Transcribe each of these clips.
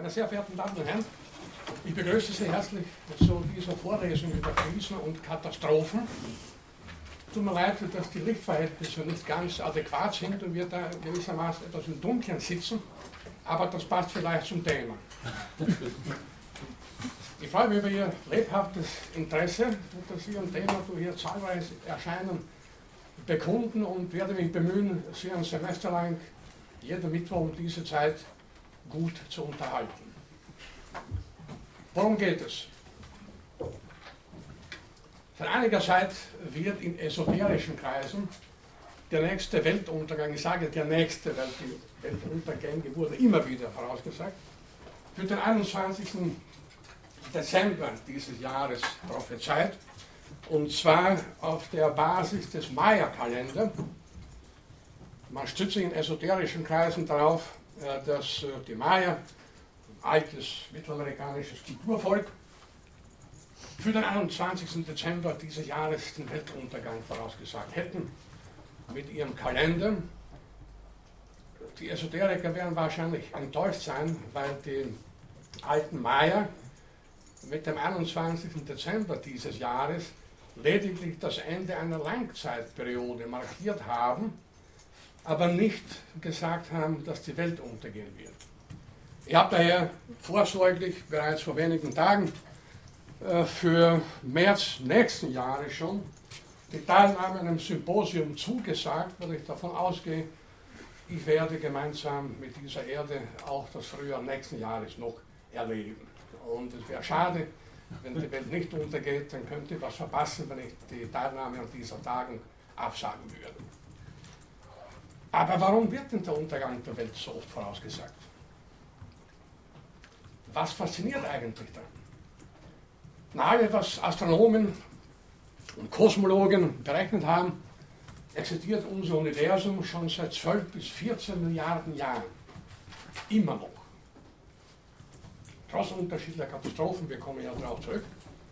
Meine sehr verehrten Damen und Herren, ich begrüße Sie herzlich zu dieser Vorlesung über Krisen und Katastrophen. Tut mir leid, dass die Lichtverhältnisse nicht ganz adäquat sind und wir da gewissermaßen etwas im Dunkeln sitzen, aber das passt vielleicht zum Thema. Ich freue mich über Ihr lebhaftes Interesse, dass Sie ein Thema, das hier zahlreich erscheinen, bekunden und werde mich bemühen, Sie ein Semester lang jeden Mittwoch um diese Zeit gut zu unterhalten. Worum geht es? Seit einiger Zeit wird in esoterischen Kreisen der nächste Weltuntergang, ich sage der nächste, weil die Weltuntergänge wurden immer wieder vorausgesagt, für den 21. Dezember dieses Jahres prophezeit, und zwar auf der Basis des Maya-Kalenders. Man stützt sich in esoterischen Kreisen darauf, dass die Maya, ein altes mittelamerikanisches Kulturvolk, für den 21. Dezember dieses Jahres den Weltuntergang vorausgesagt hätten mit ihrem Kalender. Die Esoteriker werden wahrscheinlich enttäuscht sein, weil die alten Maya mit dem 21. Dezember dieses Jahres lediglich das Ende einer Langzeitperiode markiert haben, aber nicht gesagt haben, dass die Welt untergehen wird. Ich habe daher vorsorglich bereits vor wenigen Tagen für März nächsten Jahres schon die Teilnahme an einem Symposium zugesagt, weil ich davon ausgehe, ich werde gemeinsam mit dieser Erde auch das Frühjahr nächsten Jahres noch erleben. Und es wäre schade, wenn die Welt nicht untergeht, dann könnte ich was verpassen, wenn ich die Teilnahme an dieser Tagen absagen würde. Aber warum wird denn der Untergang der Welt so oft vorausgesagt? Was fasziniert eigentlich daran? Nach allem, was Astronomen und Kosmologen berechnet haben, existiert unser Universum schon seit 12 bis 14 Milliarden Jahren. Immer noch. Trotz unterschiedlicher Katastrophen, wir kommen ja darauf zurück,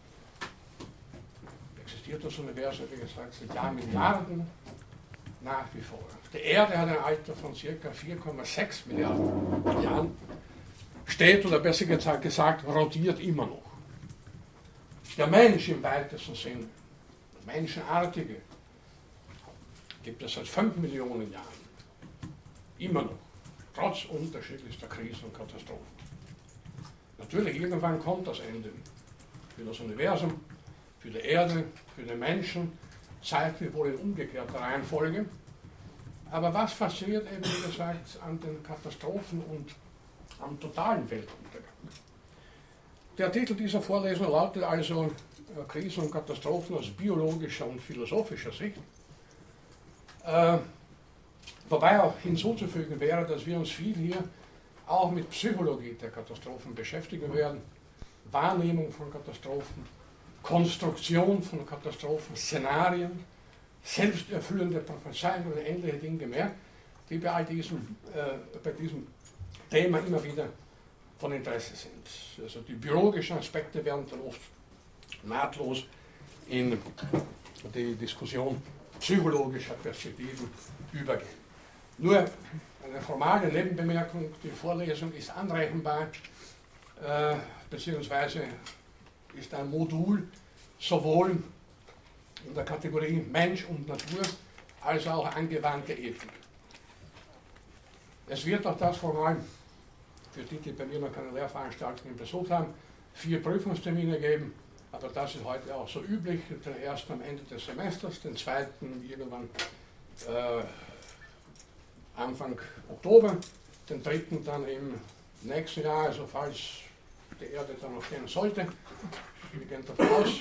existiert das Universum, wie gesagt, seit Jahrmilliarden nach wie vor. Die Erde hat ein Alter von ca. 4,6 Milliarden Jahren, steht, oder besser gesagt, rotiert immer noch. Der Mensch im weitesten Sinne, der Menschenartige, gibt es seit 5 Millionen Jahren. Immer noch. Trotz unterschiedlichster Krisen und Katastrophen. Natürlich, irgendwann kommt das Ende. Für das Universum, für die Erde, für den Menschen, zeitlich wohl in umgekehrter Reihenfolge. Aber was fasziniert eben, wie gesagt, an den Katastrophen und am totalen Weltuntergang? Der Titel dieser Vorlesung lautet also Krisen und Katastrophen aus biologischer und philosophischer Sicht. Wobei auch hinzuzufügen wäre, dass wir uns viel hier auch mit Psychologie der Katastrophen beschäftigen werden, Wahrnehmung von Katastrophen, Konstruktion von Katastrophen, Szenarien, selbsterfüllende Prophezeiungen oder ähnliche Dinge mehr, die bei diesem Thema immer wieder von Interesse sind. Also die biologischen Aspekte werden dann oft nahtlos in die Diskussion psychologischer Perspektiven übergehen. Nur eine formale Nebenbemerkung, die Vorlesung ist anrechenbar, beziehungsweise ist ein Modul sowohl in der Kategorie Mensch und Natur als auch angewandte Ethik. Es wird auch das formal, für die, die bei mir noch keine Lehrveranstaltungen besucht haben, 4 Prüfungstermine geben, aber das ist heute auch so üblich, den ersten am Ende des Semesters, den zweiten irgendwann Anfang Oktober, den dritten dann im nächsten Jahr, also falls die Erde dann noch stehen sollte, wir gehen davon aus,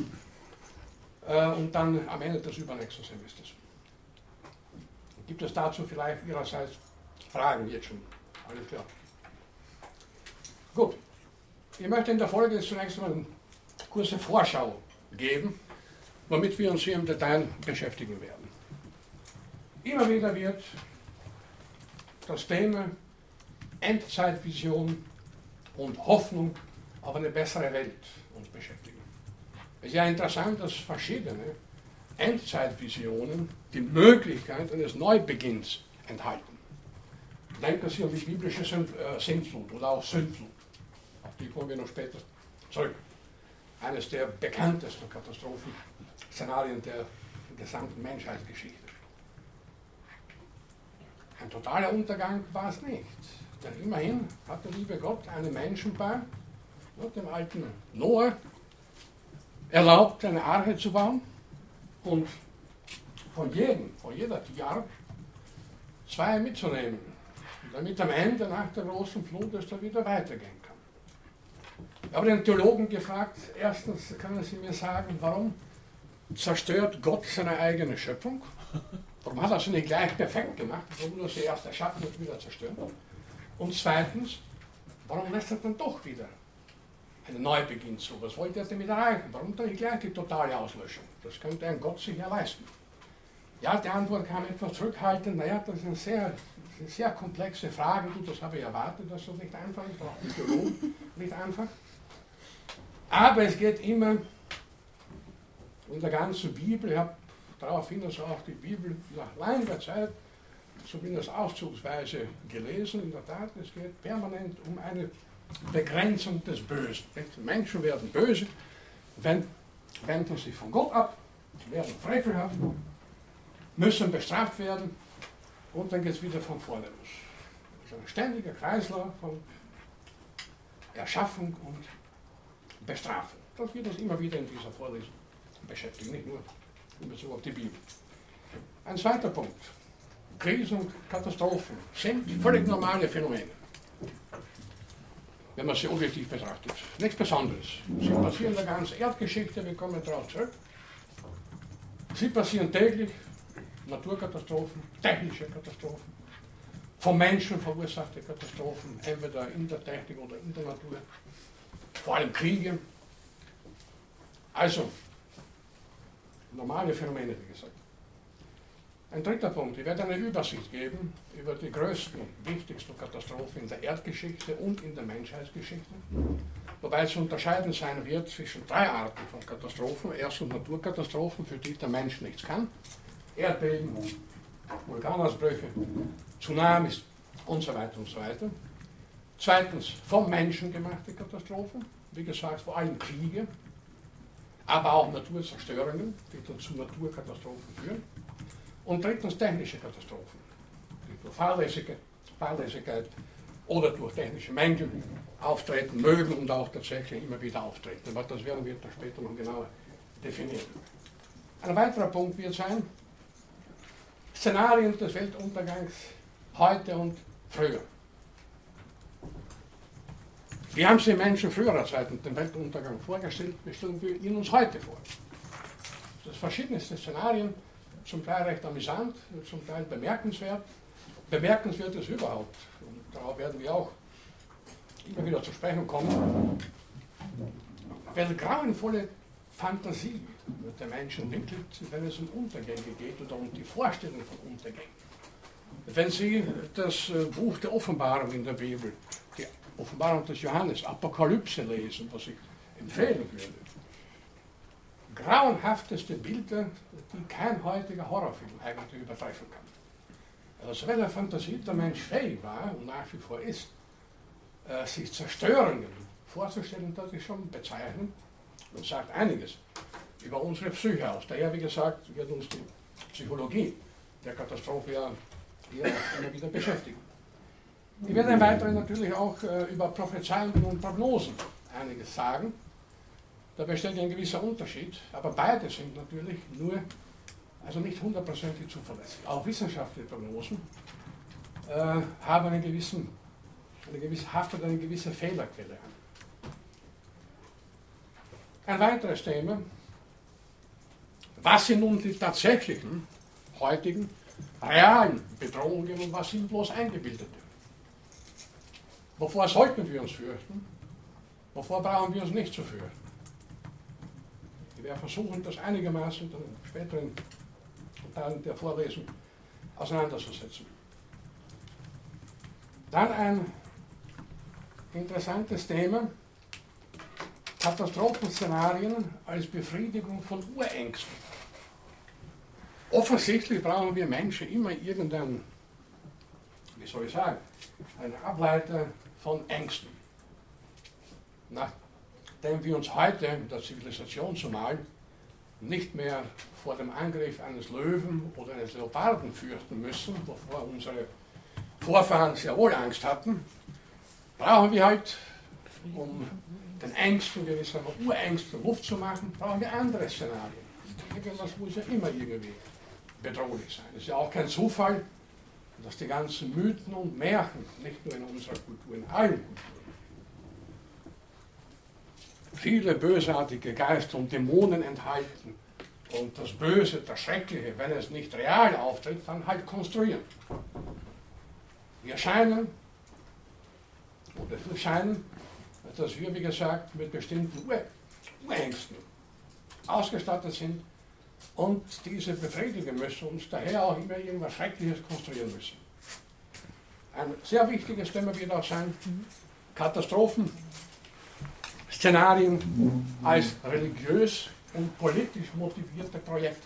und dann am Ende des übernächsten Semesters. Gibt es dazu vielleicht Ihrerseits Fragen jetzt schon? Alles klar. Gut, ich möchte in der Folge zunächst einmal eine kurze Vorschau geben, womit wir uns hier im Detail beschäftigen werden. Immer wieder wird das Thema Endzeitvision und Hoffnung auf eine bessere Welt uns beschäftigen. Es ist ja interessant, dass verschiedene Endzeitvisionen die Möglichkeit eines Neubeginns enthalten. Denken Sie an die biblische Sintflut oder auch Sündflut. Auf die kommen wir noch später zurück. Eines der bekanntesten Katastrophenszenarien der gesamten Menschheitsgeschichte. Ein totaler Untergang war es nicht. Denn immerhin hat der liebe Gott einem Menschenpaar, dem alten Noah, erlaubt, eine Arche zu bauen und von jeder Tierart 2 mitzunehmen, damit am Ende nach der großen Flut es da wieder weitergehen kann. Ich habe den Theologen gefragt, erstens können Sie mir sagen, warum zerstört Gott seine eigene Schöpfung? Warum hat er sie nicht gleich perfekt gemacht? Warum nur sie erst erschaffen und wieder zerstören? Und zweitens, warum lässt er dann doch wieder einen Neubeginn zu? Was wollte er damit erreichen? Warum dann nicht gleich die totale Auslöschung? Das könnte ein Gott sich ja leisten. Ja, die Antwort kam etwas zurückhaltend. Naja, das ist eine sehr komplexe Frage. Das habe ich erwartet, dass das nicht einfach ist. Auch die Theologen nicht einfach. Aber es geht immer in der ganzen Bibel. Ich habe daraufhin also auch die Bibel nach langer Zeit zumindest auszugsweise gelesen. In der Tat, es geht permanent um eine Begrenzung des Bösen. Menschen werden böse, wenden sich von Gott ab, werden frevelhaft, müssen bestraft werden und dann geht es wieder von vorne los. Das ist ein ständiger Kreislauf von Erschaffung und Bestrafung. Das wird uns immer wieder in dieser Vorlesung beschäftigen, nicht nur in Bezug auf die Bibel. Ein zweiter Punkt. Krisen und Katastrophen sind völlig normale Phänomene, wenn man sie objektiv betrachtet. Nichts Besonderes. Sie passieren in der ganzen Erdgeschichte, wir kommen darauf zurück. Sie passieren täglich, Naturkatastrophen, technische Katastrophen, vom Menschen verursachte Katastrophen, entweder in der Technik oder in der Natur, vor allem Kriege. Also, normale Phänomene, wie gesagt. Ein dritter Punkt, ich werde eine Übersicht geben über die größten, wichtigsten Katastrophen in der Erdgeschichte und in der Menschheitsgeschichte, wobei es zu unterscheiden sein wird zwischen 3 Arten von Katastrophen. Erstens Naturkatastrophen, für die der Mensch nichts kann, Erdbeben, Vulkanausbrüche, Tsunamis und so weiter und so weiter. Zweitens vom Menschen gemachte Katastrophen, wie gesagt vor allem Kriege, aber auch Naturzerstörungen, die dann zu Naturkatastrophen führen. Und drittens technische Katastrophen, die durch Fahrlässigkeit oder durch technische Mängel auftreten mögen und auch tatsächlich immer wieder auftreten. Aber das werden wir dann später noch genauer definieren. Ein weiterer Punkt wird sein, Szenarien des Weltuntergangs heute und früher. Wie haben sich Menschen früherer Zeiten den Weltuntergang vorgestellt? Wie stellen wir ihn uns heute vor? Das verschiedenste Szenarien, zum Teil recht amüsant, zum Teil bemerkenswert. Bemerkenswert ist überhaupt, und darauf werden wir auch immer wieder zu sprechen kommen, welche grauenvolle Fantasie der Menschen entwickelt, wenn es um Untergänge geht oder um die Vorstellung von Untergängen. Wenn Sie das Buch der Offenbarung in der Bibel, die Offenbarung des Johannes, Apokalypse lesen, was ich empfehlen würde, grauenhafteste Bilder, die kein heutiger Horrorfilm eigentlich übertreffen kann. Also wenn der Fantasie der Mensch fähig war und nach wie vor ist, sich Zerstörungen vorzustellen, das ist schon bezeichnend und sagt einiges über unsere Psyche aus. Daher, wie gesagt, wird uns die Psychologie der Katastrophe ja immer wieder beschäftigen. Ich werde im Weiteren natürlich auch über Prophezeiungen und Prognosen einiges sagen. Da besteht ein gewisser Unterschied, aber beide sind natürlich also nicht hundertprozentig zuverlässig. Auch wissenschaftliche Prognosen haben eine gewisse Fehlerquelle an. Ein weiteres Thema, was sind nun die tatsächlichen, heutigen, realen Bedrohungen und was sind bloß eingebildete? Wovor sollten wir uns fürchten? Wovor brauchen wir uns nicht zu fürchten? Ich werde versuchen, das einigermaßen dann in späteren Teilen der Vorlesung auseinanderzusetzen. Dann ein interessantes Thema, Katastrophenszenarien als Befriedigung von Urängsten. Offensichtlich brauchen wir Menschen immer irgendein wie soll ich sagen, ein Ableiter von Ängsten. Nachdem wir uns heute in der Zivilisation zumal nicht mehr vor dem Angriff eines Löwen oder eines Leoparden fürchten müssen, wovor unsere Vorfahren sehr wohl Angst hatten, brauchen wir halt, um den Ängsten, gewissermaßen Urängsten Luft zu machen, brauchen wir andere Szenarien. Irgendwas muss ja immer irgendwie bedrohlich sein. Es ist ja auch kein Zufall, dass die ganzen Mythen und Märchen, nicht nur in unserer Kultur, in allen Kulturen, viele bösartige Geister und Dämonen enthalten und das Böse, das Schreckliche, wenn es nicht real auftritt, dann halt konstruieren. Wir scheinen, oder wir scheinen, dass wir, wie gesagt, mit bestimmten Urängsten ausgestattet sind und diese befriedigen müssen, uns daher auch immer irgendwas Schreckliches konstruieren müssen. Ein sehr wichtiges Thema wird auch sein, Katastrophenszenarien als religiös und politisch motivierte Projekte.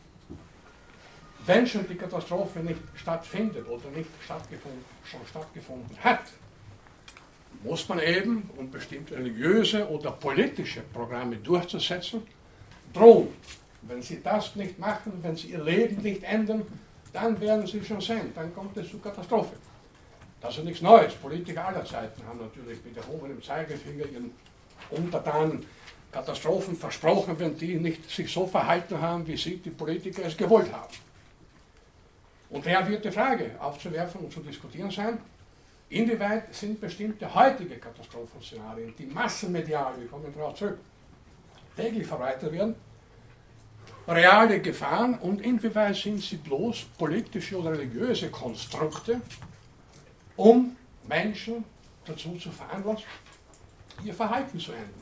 Wenn schon die Katastrophe nicht stattfindet oder nicht schon stattgefunden hat, muss man eben, um bestimmte religiöse oder politische Programme durchzusetzen, drohen. Wenn sie das nicht machen, wenn sie ihr Leben nicht ändern, dann werden sie schon sehen, dann kommt es zur Katastrophe. Das ist nichts Neues. Politiker aller Zeiten haben natürlich mit erhobenem Zeigefinger ihren Untertanen Katastrophen versprochen, wenn die nicht sich so verhalten haben, wie sie, die Politiker, es gewollt haben. Und daher wird die Frage aufzuwerfen und zu diskutieren sein, inwieweit sind bestimmte heutige Katastrophenszenarien, die massenmedial, wir kommen darauf zurück, täglich verbreitet werden, reale Gefahren und inwieweit sind sie bloß politische oder religiöse Konstrukte, um Menschen dazu zu veranlassen, ihr Verhalten zu ändern.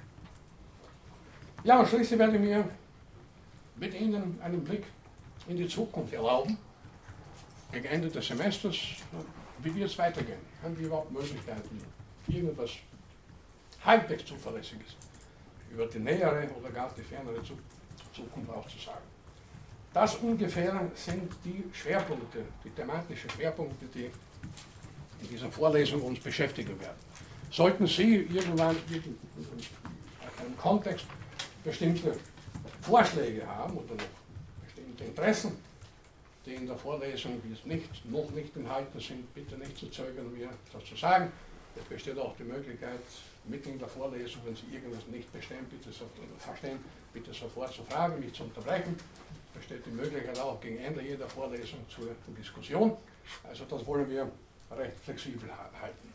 Ja, und schließlich werde ich mir mit Ihnen einen Blick in die Zukunft erlauben, gegen Ende des Semesters, wie wird es weitergehen? Haben wir überhaupt Möglichkeiten, irgendwas halbwegs Zuverlässiges über die nähere oder gar die fernere Zukunft auch zu sagen? Das ungefähr sind die Schwerpunkte, die thematischen Schwerpunkte, die in dieser Vorlesung uns beschäftigen werden. Sollten Sie irgendwann in einem Kontext bestimmte Vorschläge haben oder noch bestimmte Interessen, die in der Vorlesung noch nicht enthalten sind, bitte nicht zu zögern, mir das zu sagen. Es besteht auch die Möglichkeit, mitten in der Vorlesung, wenn Sie irgendwas nicht verstehen, bitte sofort zu fragen, mich zu unterbrechen. Es besteht die Möglichkeit auch gegen Ende jeder Vorlesung zur Diskussion. Also das wollen wir recht flexibel halten.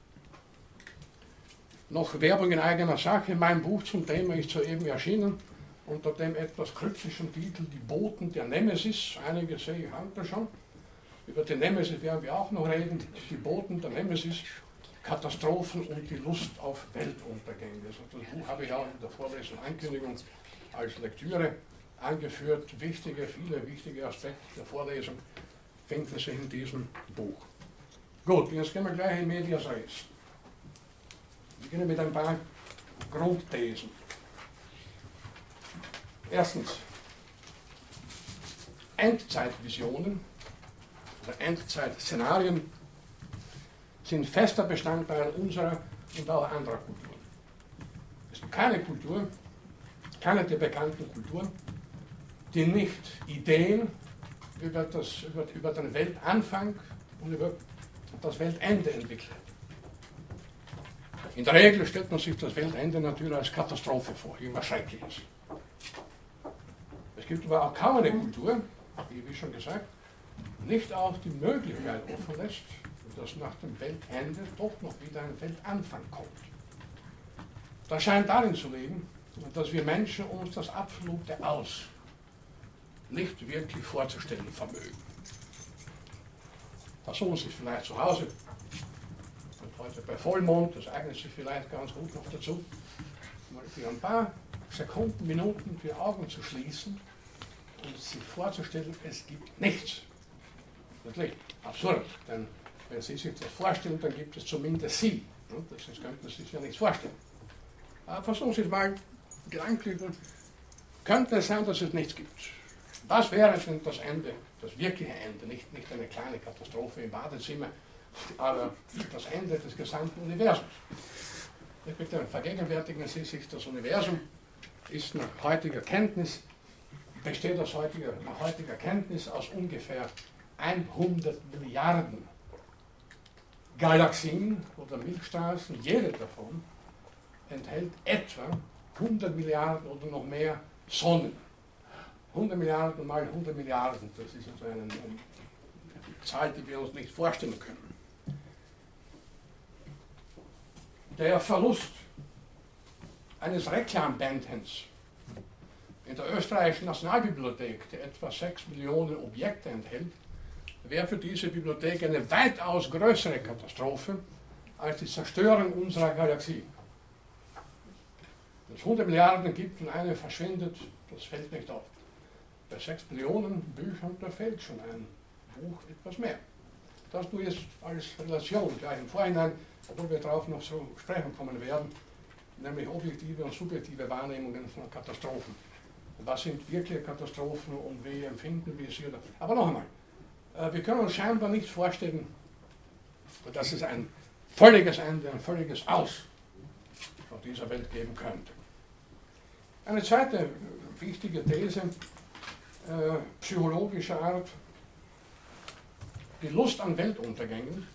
Noch Werbung in eigener Sache. Mein Buch zum Thema ist soeben erschienen unter dem etwas kryptischen Titel Die Boten der Nemesis. Einige sehe ich haben das schon. Über die Nemesis werden wir auch noch reden. Die Boten der Nemesis, Katastrophen und die Lust auf Weltuntergänge. Also das Buch habe ich auch in der Vorlesung Ankündigung als Lektüre angeführt. Viele wichtige Aspekte der Vorlesung finden sich in diesem Buch. Gut, jetzt gehen wir gleich in medias res. Wir beginnen mit ein paar Grundthesen. Erstens, Endzeitvisionen oder Endzeitszenarien sind fester Bestandteil unserer und auch anderer Kulturen. Es gibt keine Kultur, keine der bekannten Kulturen, die nicht Ideen über den Weltanfang und über das Weltende entwickelt. In der Regel stellt man sich das Weltende natürlich als Katastrophe vor, irgendwas Schreckliches. Es gibt aber auch kaum eine Kultur, die, wie schon gesagt, nicht auch die Möglichkeit offen lässt, dass nach dem Weltende doch noch wieder ein Weltanfang kommt. Das scheint darin zu liegen, dass wir Menschen uns das absolute Aus nicht wirklich vorzustellen vermögen. Versuchen Sie es vielleicht zu Hause. Und heute bei Vollmond, das eignet sich vielleicht ganz gut noch dazu, mal für ein paar Sekunden, Minuten die Augen zu schließen und sich vorzustellen, es gibt nichts. Natürlich absurd, denn wenn Sie sich das vorstellen, dann gibt es zumindest Sie. Sonst könnten Sie sich ja nichts vorstellen. Aber versuchen Sie es mal gedanklich. Könnte es sein, dass es nichts gibt? Was wäre denn das Ende, das wirkliche Ende, nicht eine kleine Katastrophe im Badezimmer, aber das Ende des gesamten Universums? Bitte vergegenwärtigen Sie sich, das Universum ist nach heutiger Kenntnis, besteht nach heutiger Kenntnis aus ungefähr 100 Milliarden Galaxien oder Milchstraßen. Jede davon enthält etwa 100 Milliarden oder noch mehr Sonnen. 100 Milliarden mal 100 Milliarden, das ist also eine Zahl, die wir uns nicht vorstellen können. Der Verlust eines Reklambändchens in der österreichischen Nationalbibliothek, die etwa 6 Millionen Objekte enthält, wäre für diese Bibliothek eine weitaus größere Katastrophe als die Zerstörung unserer Galaxie. Wenn es 100 Milliarden gibt und eine verschwindet, das fällt nicht auf. Bei 6 Millionen Büchern, da fällt schon ein Buch etwas mehr. Das nur jetzt als Relation gleich im Vorhinein, obwohl wir darauf noch zu sprechen kommen werden, nämlich objektive und subjektive Wahrnehmungen von Katastrophen. Was sind wirkliche Katastrophen und wie empfinden wir sie? Aber noch einmal, wir können uns scheinbar nicht vorstellen, dass es ein völliges Ende, ein völliges Aus auf dieser Welt geben könnte. Eine zweite wichtige These psychologischer Art: die Lust an Weltuntergängen.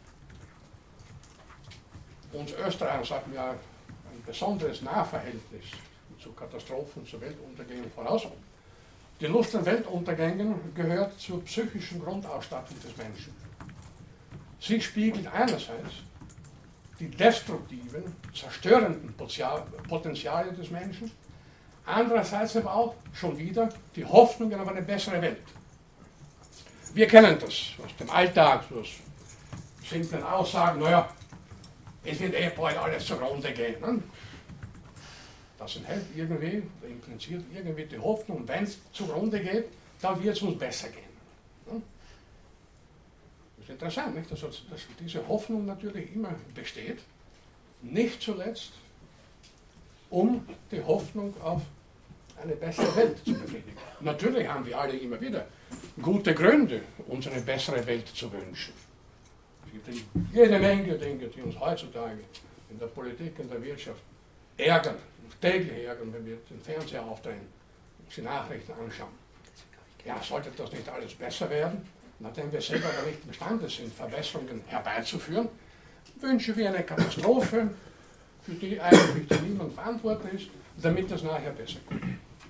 Uns Österreicher hatten ja ein besonderes Nahverhältnis zu Katastrophen, zu Weltuntergängen voraus. Die Lust an Weltuntergängen gehört zur psychischen Grundausstattung des Menschen. Sie spiegelt einerseits die destruktiven, zerstörenden Potenziale des Menschen, andererseits aber auch schon wieder die Hoffnungen auf eine bessere Welt. Wir kennen das aus dem Alltag, aus simplen Aussagen, naja, es wird bald alles zugrunde gehen. Ne? Das enthält irgendwie, impliziert irgendwie die Hoffnung, wenn es zugrunde geht, dann wird es uns besser gehen. Ne? Das ist interessant, nicht? Dass diese Hoffnung natürlich immer besteht, nicht zuletzt, um die Hoffnung auf eine bessere Welt zu befriedigen. Natürlich haben wir alle immer wieder gute Gründe, uns eine bessere Welt zu wünschen. Es gibt jede Menge Dinge, die uns heutzutage in der Politik, in der Wirtschaft ärgern, täglich ärgern, wenn wir den Fernseher aufdrehen, uns die Nachrichten anschauen. Ja, sollte das nicht alles besser werden, nachdem wir selber aber nicht imstande sind, Verbesserungen herbeizuführen, wünschen wir eine Katastrophe, für die eigentlich niemand verantwortlich ist, damit es nachher besser kommt.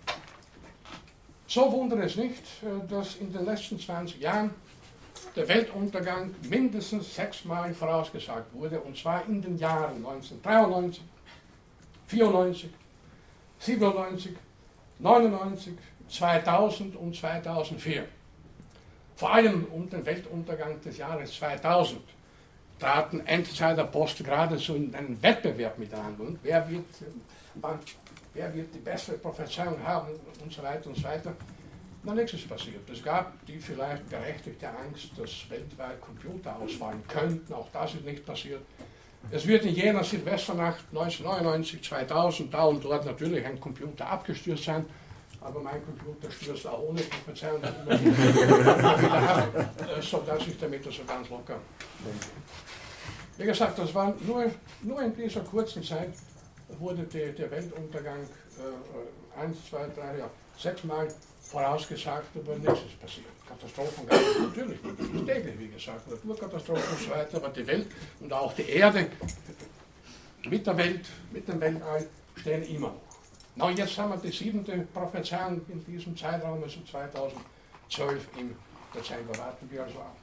So wundert es nicht, dass in den letzten 20 Jahren der Weltuntergang mindestens 6-mal vorausgesagt wurde, und zwar in den Jahren 1993, 94, 97, 99, 2000 und 2004. Vor allem um den Weltuntergang des Jahres 2000 traten Endzeitapostel geradezu in einen Wettbewerb miteinander. Und wer wird die bessere Prophezeiung haben und so weiter und so weiter. Na, nichts ist passiert. Es gab die vielleicht berechtigte Angst, dass weltweit Computer ausfallen könnten. Auch das ist nicht passiert. Es wird in jener Silvesternacht 1999, 2000 da und dort natürlich ein Computer abgestürzt sein, aber mein Computer stürzt auch ohne Prophezeiung immer wieder ab, sodass ich damit also ganz locker bin. Wie gesagt, das war nur in dieser kurzen Zeit wurde der Weltuntergang 1, 2, 3, ja, 6-mal vorausgesagt, aber nichts ist passiert. Katastrophen gab es natürlich nicht, täglich, wie gesagt, Naturkatastrophen und so weiter, aber die Welt und auch die Erde mit der Welt, mit dem Weltall stehen immer noch. Na, und jetzt haben wir die 7. Prophezeiung in diesem Zeitraum, also 2012 im Dezember, warten wir also ab.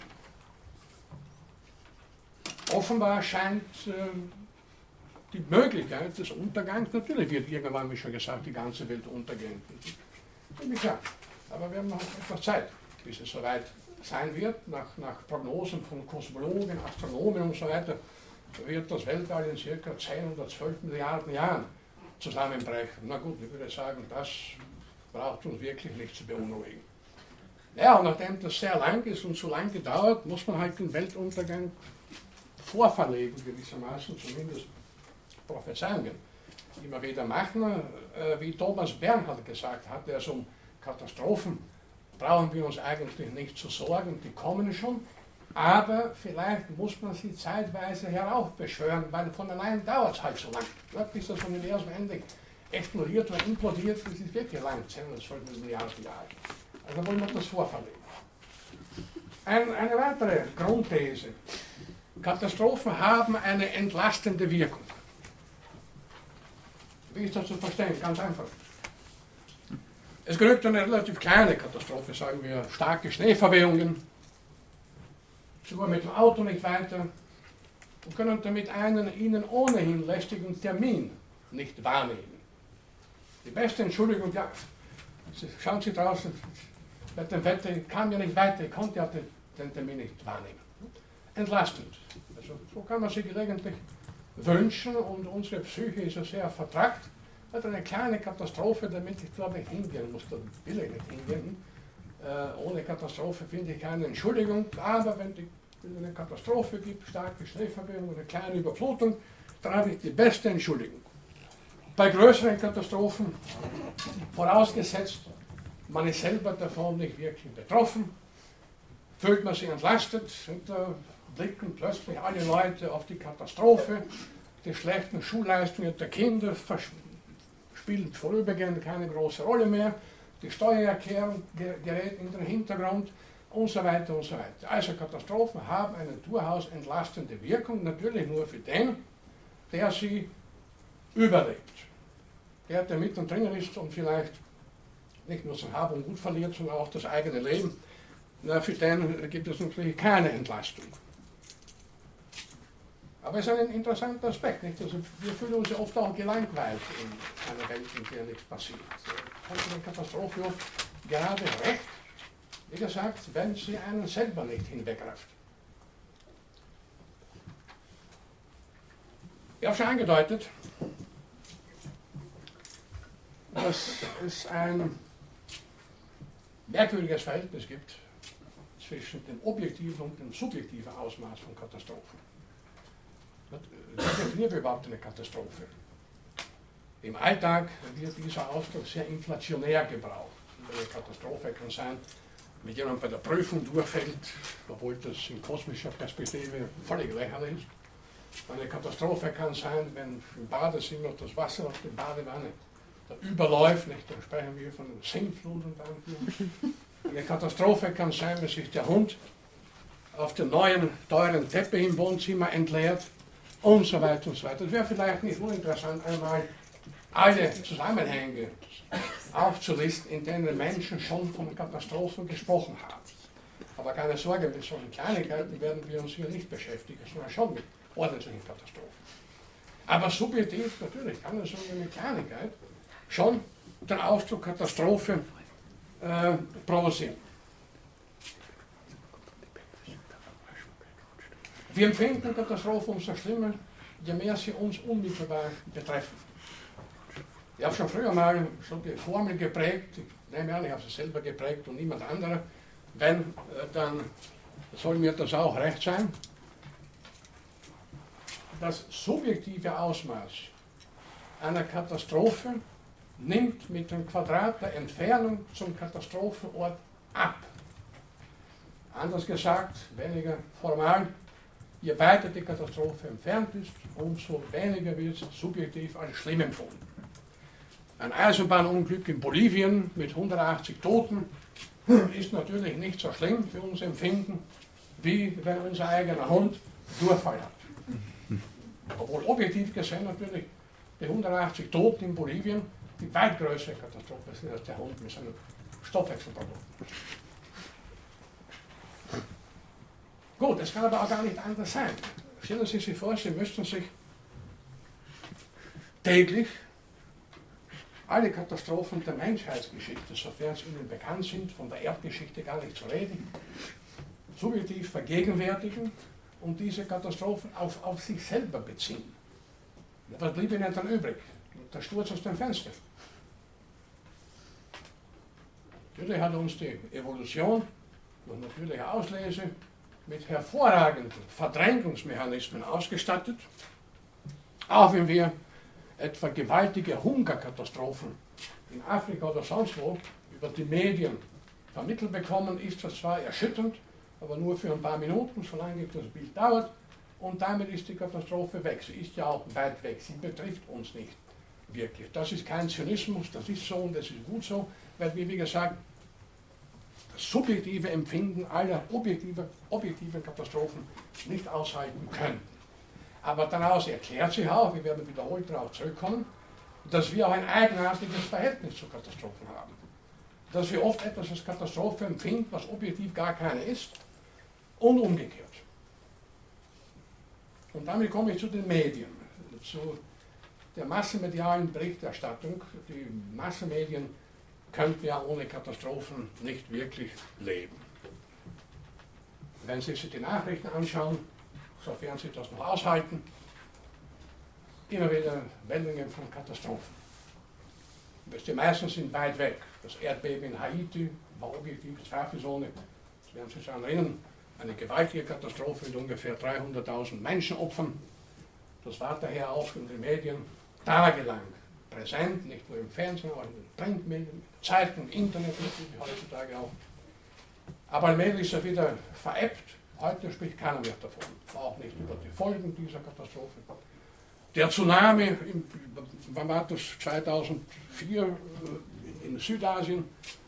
Offenbar scheint die Möglichkeit des Untergangs, natürlich wird irgendwann, wie schon gesagt, die ganze Welt untergehen. Klar. Aber wir haben noch etwas Zeit, bis es soweit sein wird. Nach Prognosen von Kosmologen, Astronomen und so weiter, wird das Weltall in ca. 10 oder 12 Milliarden Jahren zusammenbrechen. Na gut, ich würde sagen, das braucht uns wirklich nicht zu beunruhigen. Ja, und nachdem das sehr lang ist und so lange gedauert, muss man halt den Weltuntergang vorverlegen, gewissermaßen, zumindest Prophezeiungen immer wieder machen. Wie Thomas Bernhard gesagt hat, der so Katastrophen brauchen wir uns eigentlich nicht zu sorgen, die kommen schon. Aber vielleicht muss man sie zeitweise heraufbeschwören, weil von allein dauert es halt so lang. Ja, bis das Universum endlich explodiert oder implodiert, das ist wirklich lang, 10 Milliarden Jahre. Also wollen wir das vorverlegen. Eine weitere Grundthese. Katastrophen haben eine entlastende Wirkung. Wie ist das zu verstehen? Ganz einfach. Es genügt eine relativ kleine Katastrophe, sagen wir starke Schneeverwehungen. Sie fuhren mit dem Auto nicht weiter und können damit einen ihnen ohnehin lästigen Termin nicht wahrnehmen. Die beste Entschuldigung, ja, schauen Sie draußen, mit dem Wetter kam ja nicht weiter, ich konnte ja den Termin nicht wahrnehmen. Entlastend. Also so kann man sich gelegentlich wünschen und unsere Psyche ist ja sehr vertrackt. Also eine kleine Katastrophe, damit ich dort nicht hingehen muss, da will ich nicht hingehen. Ohne Katastrophe finde ich keine Entschuldigung, aber wenn es eine Katastrophe gibt, starke Schneeverwehung, eine kleine Überflutung, dann habe ich die beste Entschuldigung. Bei größeren Katastrophen, vorausgesetzt, man ist selber davon nicht wirklich betroffen, fühlt man sich entlastet und da blicken plötzlich alle Leute auf die Katastrophe, die schlechten Schulleistungen der Kinder spielen vorübergehend keine große Rolle mehr, die Steuererklärung gerät in den Hintergrund und so weiter und so weiter. Also Katastrophen haben eine durchaus entlastende Wirkung, natürlich nur für den, der sie überlebt. Der mittendrin ist und vielleicht nicht nur sein Hab und Gut verliert, sondern auch das eigene Leben. Na, für den gibt es natürlich keine Entlastung. Aber es ist ein interessanter Aspekt. Nicht? Also wir fühlen uns ja oft auch gelangweilt in einer Welt, in der nichts passiert. Kommt eine Katastrophe oft gerade recht, wie gesagt, wenn sie einen selber nicht hinweggreift. Ich habe schon angedeutet, dass es ein merkwürdiges Verhältnis gibt zwischen dem objektiven und dem subjektiven Ausmaß von Katastrophen. Wie definieren wir überhaupt eine Katastrophe? Im Alltag wird dieser Ausdruck sehr inflationär gebraucht. Eine Katastrophe kann sein, wenn jemand bei der Prüfung durchfällt, obwohl das in kosmischer Perspektive völlig lächerlich ist. Eine Katastrophe kann sein, wenn im Badezimmer das Wasser aus der Badewanne überläuft, nicht? Dann sprechen wir von Sintflut und dann. Eine Katastrophe kann sein, wenn sich der Hund auf den neuen, teuren Teppich im Wohnzimmer entleert und so weiter und so weiter. Es wäre vielleicht nicht uninteressant, einmal alle Zusammenhänge aufzulisten, in denen Menschen schon von Katastrophen gesprochen haben. Aber keine Sorge, mit solchen Kleinigkeiten werden wir uns hier nicht beschäftigen, sondern schon mit ordentlichen Katastrophen. Aber subjektiv natürlich kann es so eine Kleinigkeit schon den Ausdruck Katastrophe provozieren. Wir empfinden Katastrophen umso schlimmer, je mehr sie uns unmittelbar betreffen. Ich habe schon früher mal so die Formel geprägt, ich nehme an, ich habe sie selber geprägt und niemand anderer. Wenn, dann soll mir das auch recht sein. Das subjektive Ausmaß einer Katastrophe nimmt mit dem Quadrat der Entfernung zum Katastrophenort ab. Anders gesagt, weniger formal, je weiter die Katastrophe entfernt ist, umso weniger wird es subjektiv als schlimm empfunden. Ein Eisenbahnunglück in Bolivien mit 180 Toten ist natürlich nicht so schlimm für unser Empfinden, wie wenn unser eigener Hund Durchfall hat. Obwohl objektiv gesehen natürlich die 180 Toten in Bolivien die weit größere Katastrophe sind als der Hund mit seinem Stoffwechselproblem. Gut, es kann aber auch gar nicht anders sein. Stellen Sie sich vor, Sie müssten sich täglich alle Katastrophen der Menschheitsgeschichte, sofern sie Ihnen bekannt sind, von der Erdgeschichte gar nicht zu reden, subjektiv vergegenwärtigen und diese Katastrophen auf sich selber beziehen. Was blieb Ihnen dann übrig? Der Sturz aus dem Fenster. Natürlich hat uns die Evolution durch natürliche Auslese mit hervorragenden Verdrängungsmechanismen ausgestattet, auch wenn wir etwa gewaltige Hungerkatastrophen in Afrika oder sonst wo über die Medien vermittelt bekommen, ist das zwar erschütternd, aber nur für ein paar Minuten, solange das Bild dauert. Und damit ist die Katastrophe weg. Sie ist ja auch weit weg. Sie betrifft uns nicht wirklich. Das ist kein Zynismus, das ist so und das ist gut so, weil wir, wie gesagt, das subjektive Empfinden aller objektiven Katastrophen nicht aushalten können. Aber daraus erklärt sich auch, wir werden wiederholt darauf zurückkommen, dass wir auch ein eigenartiges Verhältnis zu Katastrophen haben. Dass wir oft etwas als Katastrophe empfinden, was objektiv gar keine ist, und umgekehrt. Und damit komme ich zu den Medien, zu der massenmedialen Berichterstattung. Die Massenmedien könnten ja ohne Katastrophen nicht wirklich leben. Wenn Sie sich die Nachrichten anschauen, sofern Sie das noch aushalten, immer wieder Meldungen von Katastrophen. Die meisten sind weit weg. Das Erdbeben in Haiti war objektiv zweifelsohne, das werden Sie sich daran erinnern, eine gewaltige Katastrophe mit ungefähr 300.000 Menschenopfern. Das war daher auch in den Medien tagelang präsent, nicht nur im Fernsehen, auch in den Printmedien, Zeitungen, Internet, wie heutzutage auch. Aber allmählich ist er wieder verebbt. Heute spricht keiner mehr davon, auch nicht über die Folgen dieser Katastrophe. Der Tsunami, wann war das, 2004 in Südasien,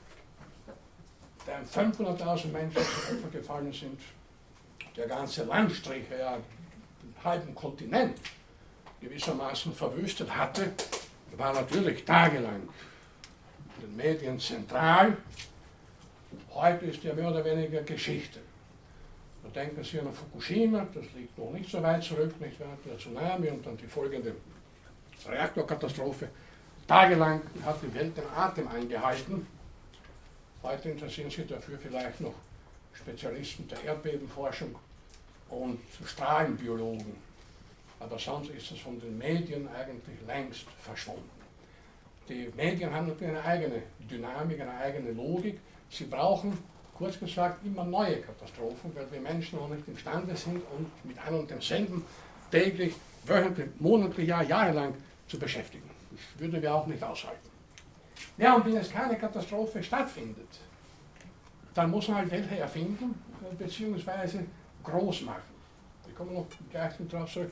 der 500.000 Menschen zu Opfer gefallen sind, der ganze Landstrich, ja, den halben Kontinent gewissermaßen verwüstet hatte, war natürlich tagelang in den Medien zentral. Heute ist er mehr oder weniger Geschichte. Da denken Sie an Fukushima, das liegt noch nicht so weit zurück, nicht wahr? Der Tsunami und dann die folgende Reaktorkatastrophe. Tagelang hat die Welt den Atem eingehalten. Heute interessieren sich dafür vielleicht noch Spezialisten der Erdbebenforschung und Strahlenbiologen. Aber sonst ist es von den Medien eigentlich längst verschwunden. Die Medien haben natürlich eine eigene Dynamik, eine eigene Logik. Sie brauchen, kurz gesagt, immer neue Katastrophen, weil wir Menschen noch nicht imstande sind, uns mit einem und demselben täglich, wöchentlich, monatlich, jahrelang zu beschäftigen. Das würden wir auch nicht aushalten. Ja, und wenn es keine Katastrophe stattfindet, dann muss man halt welche erfinden, beziehungsweise groß machen. Wir kommen noch gleich darauf zurück.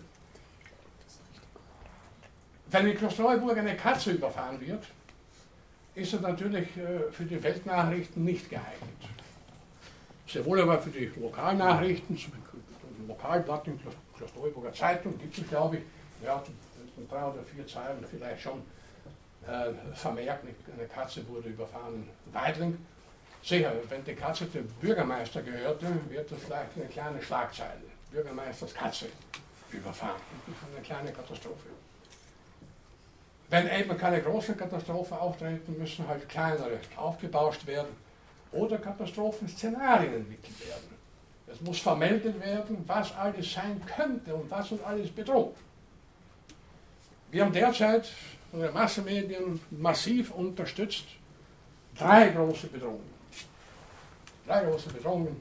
Wenn in Klosterneuburg eine Katze überfahren wird, ist es natürlich für die Weltnachrichten nicht geeignet. Sehr wohl aber für die Lokalnachrichten, zum Lokalblatt in Klosterneuburger Zeitung gibt es, glaube ich, ja, 3 oder 4 Zeilen vielleicht schon vermerkt, eine Katze wurde überfahren in Weidling. Sicher, wenn die Katze dem Bürgermeister gehörte, wird das vielleicht eine kleine Schlagzeile. Bürgermeisters Katze überfahren. Das ist eine kleine Katastrophe. Wenn eben keine große Katastrophe auftreten, müssen halt kleinere aufgebauscht werden oder Katastrophenszenarien entwickelt werden. Es muss vermeldet werden, was alles sein könnte und was uns alles bedroht. Wir haben derzeit von den Massenmedien massiv unterstützt 3 große Bedrohungen. 3 große Bedrohungen.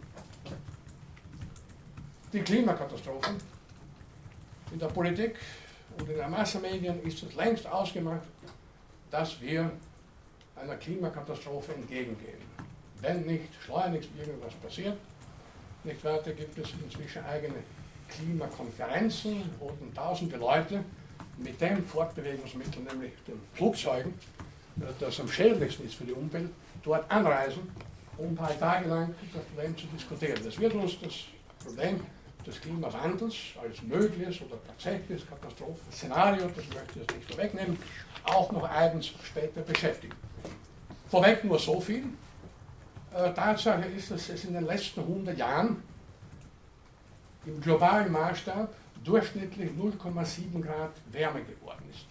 Die Klimakatastrophe. In der Politik und in den Massenmedien ist es längst ausgemacht, dass wir einer Klimakatastrophe entgegengehen. Wenn nicht schleunigst irgendwas passiert, nicht weiter gibt es inzwischen eigene Klimakonferenzen, wo tausende Leute mit dem Fortbewegungsmittel, nämlich den Flugzeugen, das am schädlichsten ist für die Umwelt, dort anreisen, um ein paar Tage lang das Problem zu diskutieren. Das wird uns das Problem des Klimawandels als mögliches oder tatsächliches Katastrophenszenario, das möchte ich jetzt nicht vorwegnehmen, auch noch eigens später beschäftigen. Vorweg nur so viel. Tatsache ist, dass es in den letzten 100 Jahren im globalen Maßstab durchschnittlich 0,7 Grad wärmer geworden ist.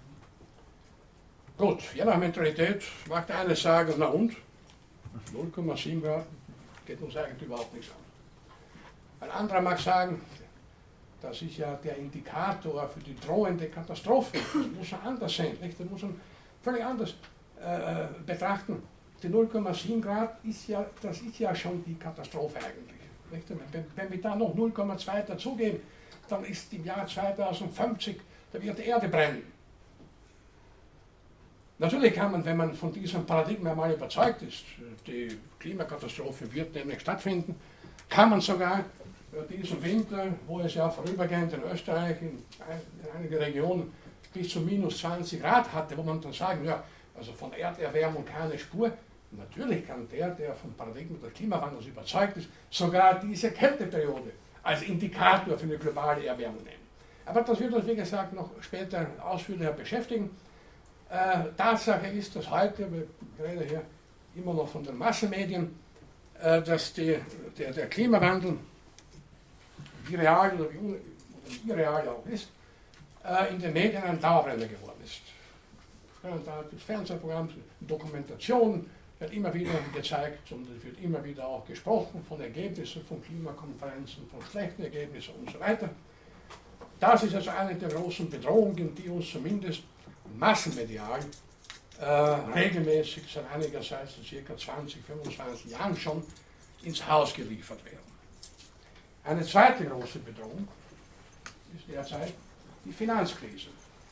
Gut, je nach Mentalität mag der eine sagen, na und? 0,7 Grad geht uns eigentlich überhaupt nichts an. Ein anderer mag sagen, das ist ja der Indikator für die drohende Katastrophe. Das muss man anders sehen, nicht? Das muss man völlig anders betrachten. Die 0,7 Grad das ist ja schon die Katastrophe eigentlich. Nicht? Wenn wir da noch 0,2 dazugeben, dann ist im Jahr 2050, da wird die Erde brennen. Natürlich kann man, wenn man von diesem Paradigma mal überzeugt ist, die Klimakatastrophe wird nämlich stattfinden, kann man sogar diesen Winter, wo es ja vorübergehend in Österreich in einigen Regionen bis zu minus 20 Grad hatte, wo man dann sagen, ja, also von Erderwärmung keine Spur. Natürlich kann der vom Paradigma des Klimawandels überzeugt ist, sogar diese Kälteperiode als Indikator für eine globale Erwärmung nehmen. Aber das wird uns, wie gesagt, noch später ausführlicher beschäftigen. Tatsache ist, dass heute, wir reden hier immer noch von den Massenmedien, dass der Klimawandel, wie real oder wie irreal er auch ist, in den Medien ein Dauerbrenner geworden ist. Das Fernsehprogramm, Dokumentationen wird immer wieder gezeigt und es wird immer wieder auch gesprochen von Ergebnissen von Klimakonferenzen, von schlechten Ergebnissen und so weiter. Das ist also eine der großen Bedrohungen, die uns zumindest massenmedial regelmäßig seit einiger Zeit, seit ca. 20, 25 Jahren schon, ins Haus geliefert werden. Eine zweite große Bedrohung ist derzeit die Finanzkrise.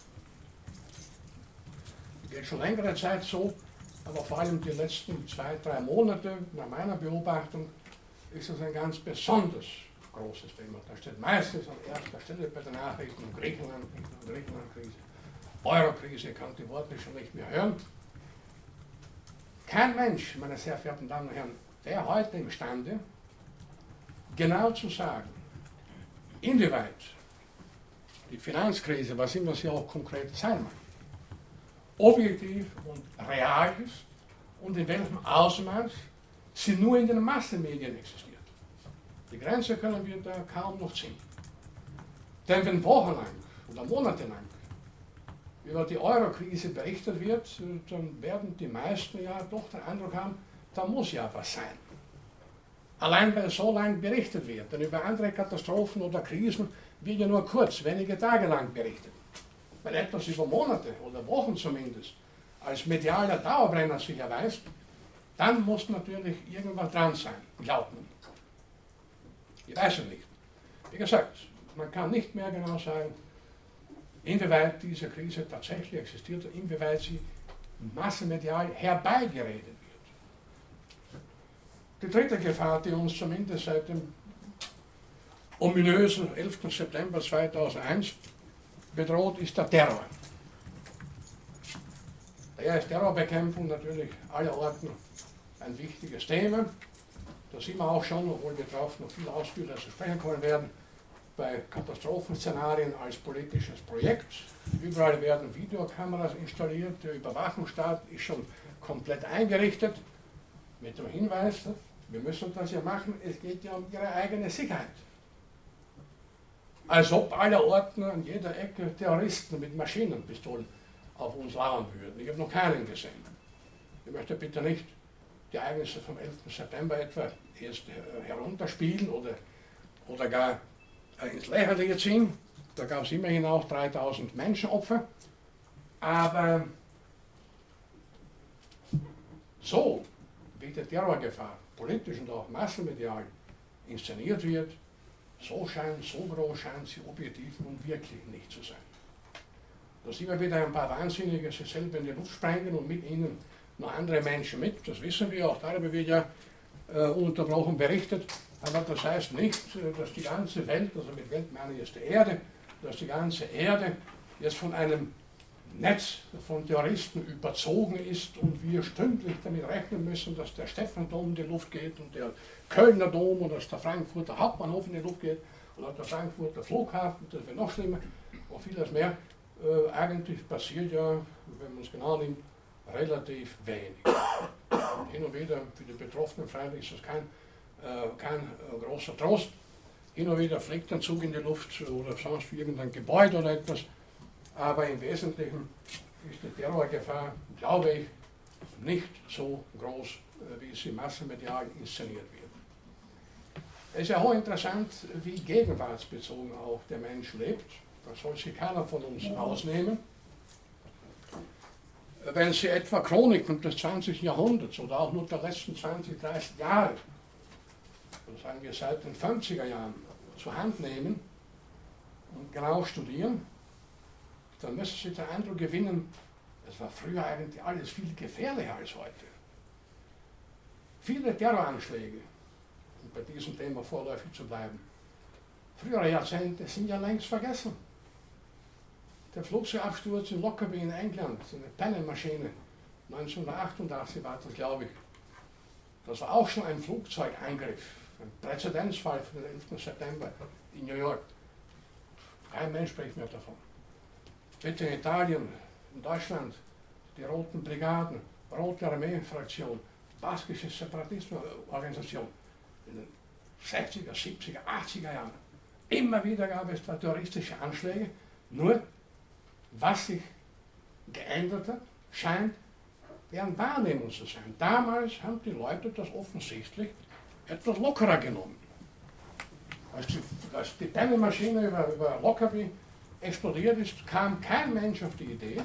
Die geht schon längere Zeit so, aber vor allem die letzten 2-3 Monate, nach meiner Beobachtung, ist das ein ganz besonders großes Thema. Da steht meistens an erster Stelle bei den Nachrichten Griechenland-Krise. Euro-Krise, kann die Worte schon nicht mehr hören. Kein Mensch, meine sehr verehrten Damen und Herren, wäre heute imstande, genau zu sagen, inwieweit die Finanzkrise, was immer sie auch konkret sein mag, objektiv und real ist und in welchem Ausmaß sie nur in den Massenmedien existiert. Die Grenze können wir da kaum noch ziehen. Denn wenn wochenlang oder monatelang über die Euro-Krise berichtet wird, dann werden die meisten ja doch den Eindruck haben, da muss ja was sein. Allein weil so lange berichtet wird, denn über andere Katastrophen oder Krisen wird ja nur kurz, wenige Tage lang berichtet. Wenn etwas über Monate oder Wochen zumindest als medialer Dauerbrenner sich erweist, dann muss natürlich irgendwas dran sein, glaubt man. Ich weiß es nicht. Wie gesagt, man kann nicht mehr genau sagen, inwieweit diese Krise tatsächlich existiert und inwieweit sie massenmedial herbeigeredet wird. Die dritte Gefahr, die uns zumindest seit dem ominösen 11. September 2001 bedroht, ist der Terror. Daher ist Terrorbekämpfung natürlich allerorten ein wichtiges Thema. Da sieht man auch schon, obwohl wir darauf noch viel ausführlicher zu sprechen kommen werden, bei Katastrophenszenarien als politisches Projekt. Überall werden Videokameras installiert, der Überwachungsstaat ist schon komplett eingerichtet, mit dem Hinweis, wir müssen das ja machen, es geht ja um ihre eigene Sicherheit. Als ob allerorten an jeder Ecke Terroristen mit Maschinenpistolen auf uns lauern würden. Ich habe noch keinen gesehen. Ich möchte bitte nicht die Ereignisse vom 11. September etwa erst herunterspielen oder gar ins Lächerliche ziehen. Da gab es immerhin auch 3000 Menschenopfer. Aber so wie die Terrorgefahr politisch und auch massenmedial inszeniert wird, so groß scheint sie objektiv und wirklich nicht zu sein. Dass immer wieder ein paar Wahnsinnige sich selber in die Luft sprengen und mit ihnen noch andere Menschen mit, das wissen wir, auch darüber wird ja ununterbrochen berichtet, aber das heißt nicht, dass die ganze Welt, also mit Welt meine ich jetzt die Erde, dass die ganze Erde jetzt von einem Netz von Terroristen überzogen ist und wir stündlich damit rechnen müssen, dass der Stephansdom in die Luft geht und der Kölner Dom und dass der Frankfurter Hauptbahnhof in die Luft geht oder der Frankfurter Flughafen, das wäre noch schlimmer und vieles mehr. Eigentlich passiert ja, wenn man es genau nimmt, relativ wenig. Hin und wieder für die Betroffenen freilich ist das kein großer Trost. Hin und wieder fliegt ein Zug in die Luft oder sonst irgendein Gebäude oder etwas. Aber im Wesentlichen ist die Terrorgefahr, glaube ich, nicht so groß, wie sie massenmedial inszeniert wird. Es ist ja hochinteressant, wie gegenwartsbezogen auch der Mensch lebt. Das soll sich keiner von uns ausnehmen. Wenn Sie etwa Chroniken des 20. Jahrhunderts oder auch nur der letzten 20, 30 Jahre, oder sagen wir seit den 50er Jahren, zur Hand nehmen und genau studieren, dann müssen Sie den Eindruck gewinnen, Es war früher eigentlich alles viel gefährlicher als heute. Viele Terroranschläge, um bei diesem Thema vorläufig zu bleiben, frühere Jahrzehnte sind ja längst vergessen. Der Flugzeugabsturz in Lockerbie in England, so eine Pennenmaschine, 1988 war das, glaube ich. Das war auch schon ein Flugzeugangriff, ein Präzedenzfall für den 11. September in New York. Kein Mensch spricht mehr davon. Bitte in Italien, in Deutschland, die Roten Brigaden, Rote Armee-Fraktion, baskische Separatismus-Organisation in den 60er, 70er, 80er Jahren. Immer wieder gab es da terroristische Anschläge, nur was sich geändert hat, scheint deren Wahrnehmung zu sein. Damals haben die Leute das offensichtlich etwas lockerer genommen. Als die Pennenmaschine über Lockerbie explodiert ist, kam kein Mensch auf die Idee,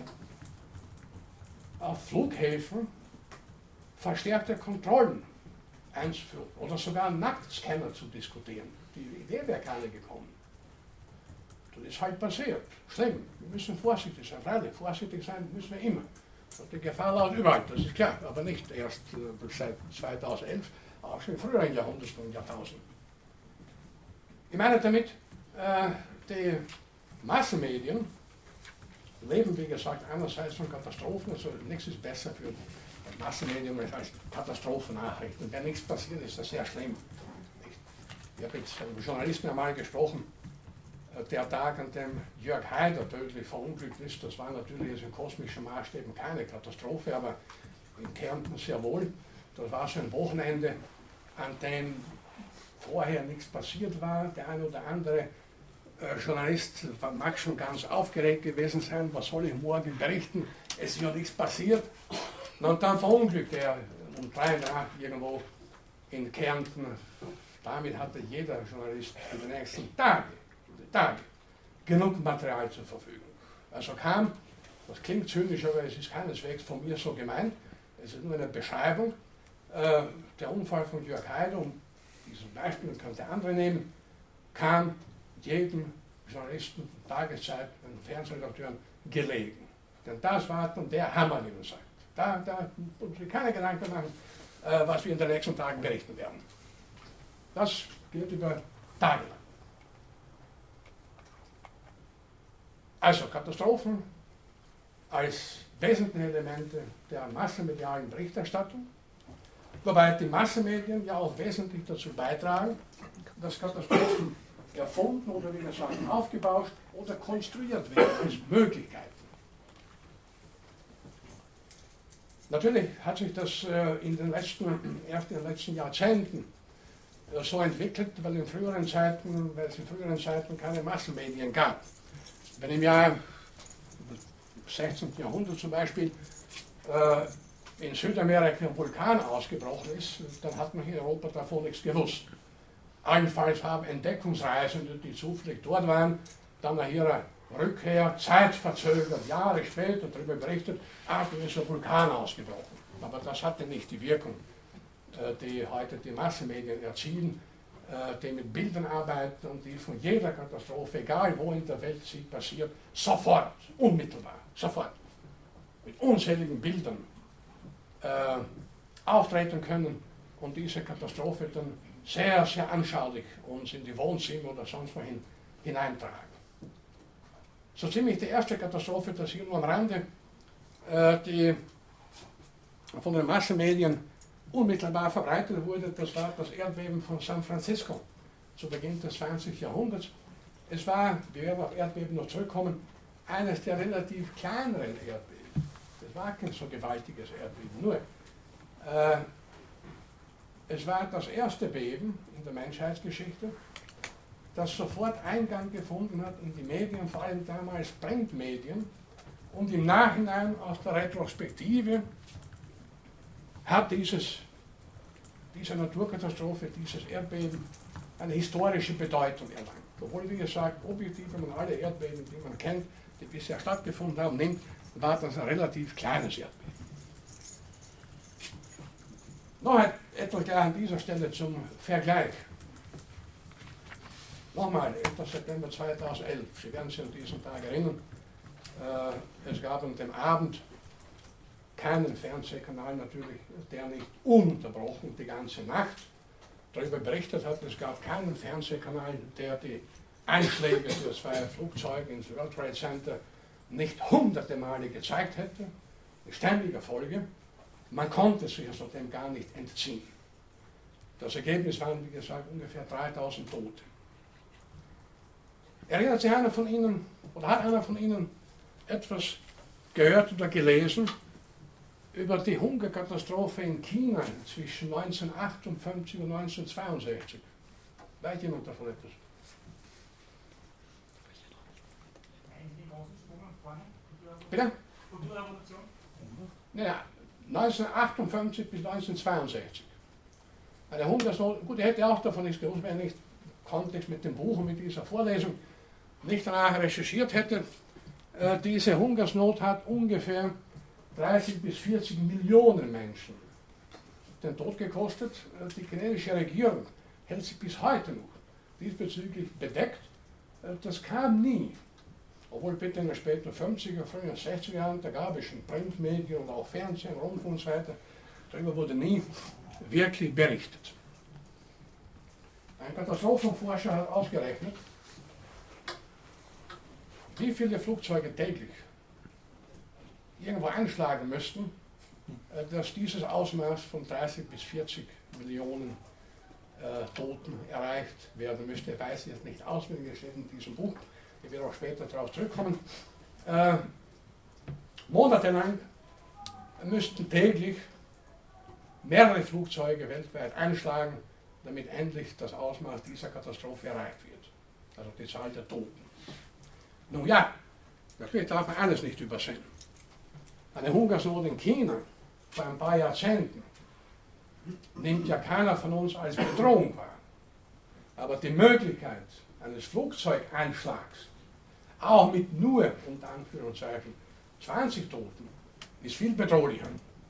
auf Flughäfen verstärkte Kontrollen einzuführen oder sogar einen Nacktscanner zu diskutieren. Die Idee wäre keine gekommen. Das ist halt passiert. Schlimm. Wir müssen vorsichtig sein. Freilich, vorsichtig sein müssen wir immer. Und die Gefahr lauert überall, das ist klar, aber nicht erst seit 2011, auch schon in früheren Jahrhunderten und Jahrtausenden. Ich meine damit, die Massenmedien leben, wie gesagt, einerseits von Katastrophen, also nichts ist besser für Massenmedien als Katastrophennachrichten. Wenn nichts passiert, ist das sehr schlimm. Ich habe jetzt mit Journalisten einmal gesprochen, der Tag, an dem Jörg Haider tödlich verunglückt ist, das war natürlich in kosmischen Maßstäben keine Katastrophe, aber in Kärnten sehr wohl. Das war so ein Wochenende, an dem vorher nichts passiert war. Der eine oder andere Journalist mag schon ganz aufgeregt gewesen sein, was soll ich morgen berichten, es ist ja nichts passiert. Und dann verunglückte er um 3 Uhr irgendwo in Kärnten. Damit hatte jeder Journalist für die nächsten Tage genug Material zur Verfügung. Also kam, das klingt zynisch, aber es ist keineswegs von mir so gemeint, es ist nur eine Beschreibung, der Unfall von Jörg Haider, um dieses Beispiel, man könnte andere nehmen, kam jedem Journalisten, Tageszeiten und Fernsehredakteuren gelegen. Denn das war dann der Hammer, wie man sagt. Da muss ich keine Gedanken machen, was wir in den nächsten Tagen berichten werden. Das geht über Tage lang. Also Katastrophen als wesentliche Elemente der massenmedialen Berichterstattung, wobei die Massenmedien ja auch wesentlich dazu beitragen, dass Katastrophen erfunden oder, wie wir sagen, aufgebauscht oder konstruiert werden als Möglichkeiten. Natürlich hat sich das erst in den letzten Jahrzehnten so entwickelt, weil es in früheren Zeiten keine Massenmedien gab. Wenn im Jahr 16. Jahrhundert zum Beispiel in Südamerika ein Vulkan ausgebrochen ist, dann hat man in Europa davon nichts gewusst. Allenfalls haben Entdeckungsreisende, die zufällig dort waren, dann nach ihrer Rückkehr zeitverzögert, Jahre später darüber berichtet, da ist ein Vulkan ausgebrochen. Aber das hatte nicht die Wirkung, die heute die Massenmedien erzielen, die mit Bildern arbeiten und die von jeder Katastrophe, egal wo in der Welt sie passiert, sofort, unmittelbar, sofort, mit unzähligen Bildern auftreten können und diese Katastrophe dann sehr, sehr anschaulich uns in die Wohnzimmer oder sonst wohin hineintragen. So ziemlich die erste Katastrophe, das hier nur am Rande, die von den Massenmedien unmittelbar verbreitet wurde, das war das Erdbeben von San Francisco zu Beginn des 20. Jahrhunderts. Es war, wir werden auf Erdbeben noch zurückkommen, eines der relativ kleineren Erdbeben. Es war kein so gewaltiges Erdbeben, nur es war das erste Beben in der Menschheitsgeschichte, das sofort Eingang gefunden hat in die Medien, vor allem damals Printmedien, und im Nachhinein aus der Retrospektive hat diese Naturkatastrophe, dieses Erdbeben, eine historische Bedeutung erlangt. Obwohl, wie gesagt, objektiv, wenn man alle Erdbeben, die man kennt, die bisher stattgefunden haben, nimmt, war das ein relativ kleines Erdbeben. Noch etwas gleich an dieser Stelle zum Vergleich. Nochmal, 11. September 2011, Sie werden sich an diesen Tag erinnern, es gab an dem Abend keinen Fernsehkanal natürlich, der nicht ununterbrochen die ganze Nacht darüber berichtet hat. Es gab keinen Fernsehkanal, der die Einschläge der zwei Flugzeuge ins World Trade Center nicht hunderte Male gezeigt hätte. In ständiger Folge. Man konnte sich also dem gar nicht entziehen. Das Ergebnis waren, wie gesagt, ungefähr 3000 Tote. Erinnert sich einer von Ihnen, oder hat einer von Ihnen etwas gehört oder gelesen über die Hungerkatastrophe in China zwischen 1958 und 1962? Weiß jemand davon etwas? Bitte? Kulturrevolution? Naja, 1958 bis 1962. Eine Hungersnot, gut, ich hätte auch davon nichts gewusst, wenn ich nicht Kontext mit dem Buch und mit dieser Vorlesung nicht danach recherchiert hätte. Diese Hungersnot hat ungefähr 30 bis 40 Millionen Menschen den Tod gekostet. Die chinesische Regierung hält sich bis heute noch diesbezüglich bedeckt. Das kam nie. Obwohl bitte in den späten 50er, frühen 60er Jahren, da gab es schon Printmedien und auch Fernsehen, Rundfunk und so weiter. Darüber wurde nie wirklich berichtet. Ein Katastrophenforscher hat ausgerechnet, wie viele Flugzeuge täglich irgendwo einschlagen müssten, dass dieses Ausmaß von 30 bis 40 Millionen Toten erreicht werden müsste. Ich weiß jetzt nicht auswendig, es steht in diesem Buch. Ich werde auch später darauf zurückkommen. Monatelang müssten täglich mehrere Flugzeuge weltweit einschlagen, damit endlich das Ausmaß dieser Katastrophe erreicht wird. Also die Zahl der Toten. Nun ja, natürlich darf man alles nicht übersehen. Eine Hungersnot in China vor ein paar Jahrzehnten nimmt ja keiner von uns als Bedrohung wahr. Aber die Möglichkeit eines Flugzeugeinschlags, auch mit nur, unter Anführungszeichen, 20 Toten, ist viel bedrohlicher.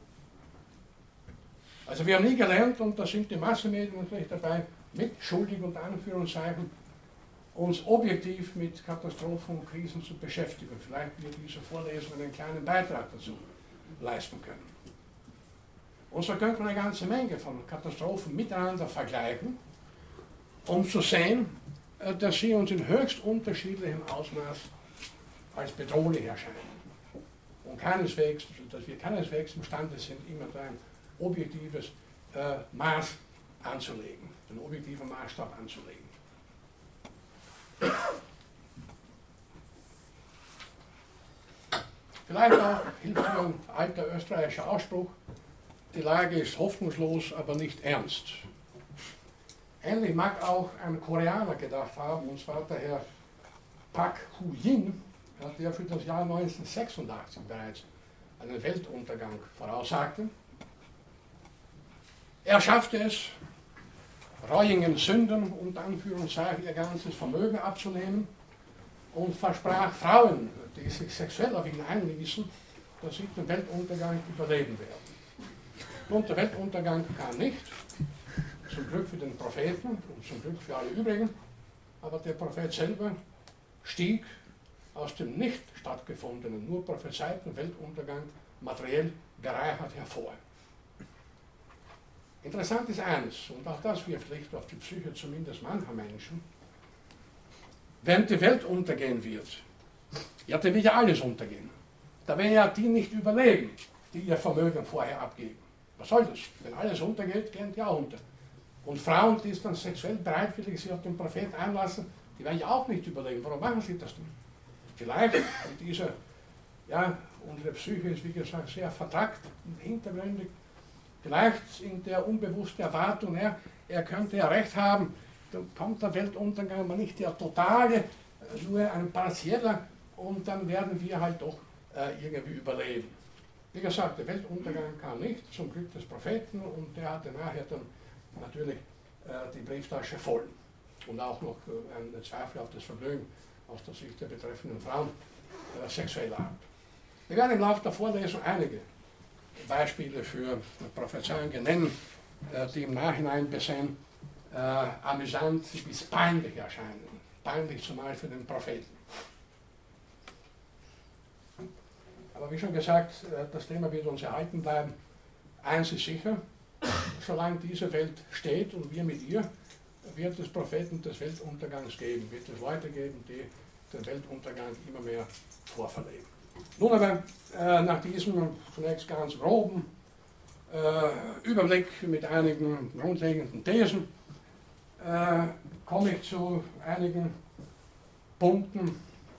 Also wir haben nie gelernt, und da sind die Massenmedien natürlich dabei, mitschuldig unter Anführungszeichen, uns objektiv mit Katastrophen und Krisen zu beschäftigen. Vielleicht wird diese Vorlesung einen kleinen Beitrag dazu leisten können. Und so könnte man eine ganze Menge von Katastrophen miteinander vergleichen, um zu sehen, dass sie uns in höchst unterschiedlichem Ausmaß als bedrohlich erscheinen. Und keineswegs, dass wir keineswegs imstande sind, immer ein objektives Maß anzulegen, einen objektiven Maßstab anzulegen. Vielleicht auch hilft mir ein alter österreichischer Ausspruch: Die Lage ist hoffnungslos, aber nicht ernst. Ähnlich mag auch ein Koreaner gedacht haben, und zwar der Herr Pak Hu-jin, der für das Jahr 1986 bereits einen Weltuntergang voraussagte. Er schaffte es, reuigen Sündern unter Anführungszeichen ihr ganzes Vermögen abzunehmen und versprach Frauen, die sich sexuell auf ihn einließen, dass sie den Weltuntergang überleben werden. Und der Weltuntergang kam nicht, zum Glück für den Propheten und zum Glück für alle übrigen, aber der Prophet selber stieg aus dem nicht stattgefundenen, nur prophezeiten Weltuntergang materiell bereichert hervor. Interessant ist eines, und auch das wirft Licht auf die Psyche zumindest mancher Menschen: Wenn die Welt untergehen wird, ja, dann wird ja alles untergehen. Da werden ja die nicht überleben, die ihr Vermögen vorher abgeben. Was soll das? Wenn alles untergeht, gehen die auch unter. Und Frauen, die es dann sexuell bereitwillig sich auf den Propheten einlassen, die werden ja auch nicht überleben. Warum machen sie das denn? Vielleicht mit dieser, ja, unsere Psyche ist wie gesagt sehr vertrackt und hintergründig. Vielleicht in der unbewussten Erwartung, er könnte ja recht haben, dann kommt der Weltuntergang, aber nicht der totale, nur ein partieller, und dann werden wir halt doch irgendwie überleben. Wie gesagt, der Weltuntergang kam nicht, zum Glück des Propheten, und der hatte nachher dann natürlich die Brieftasche voll. Und auch noch einen Zweifel auf das Vermögen aus der Sicht der betreffenden Frauen sexueller Art. Wir werden im Laufe der Vorlesung einige Beispiele für Prophezeiungen nennen, die im Nachhinein besehen amüsant bis peinlich erscheinen. Peinlich zumal für den Propheten. Aber wie schon gesagt, das Thema wird uns erhalten bleiben. Eins ist sicher, solange diese Welt steht und wir mit ihr, wird es Propheten des Weltuntergangs geben, wird es Leute geben, die den Weltuntergang immer mehr vorverleben. Nun aber, nach diesem zunächst ganz groben Überblick mit einigen grundlegenden Thesen, komme ich zu einigen Punkten,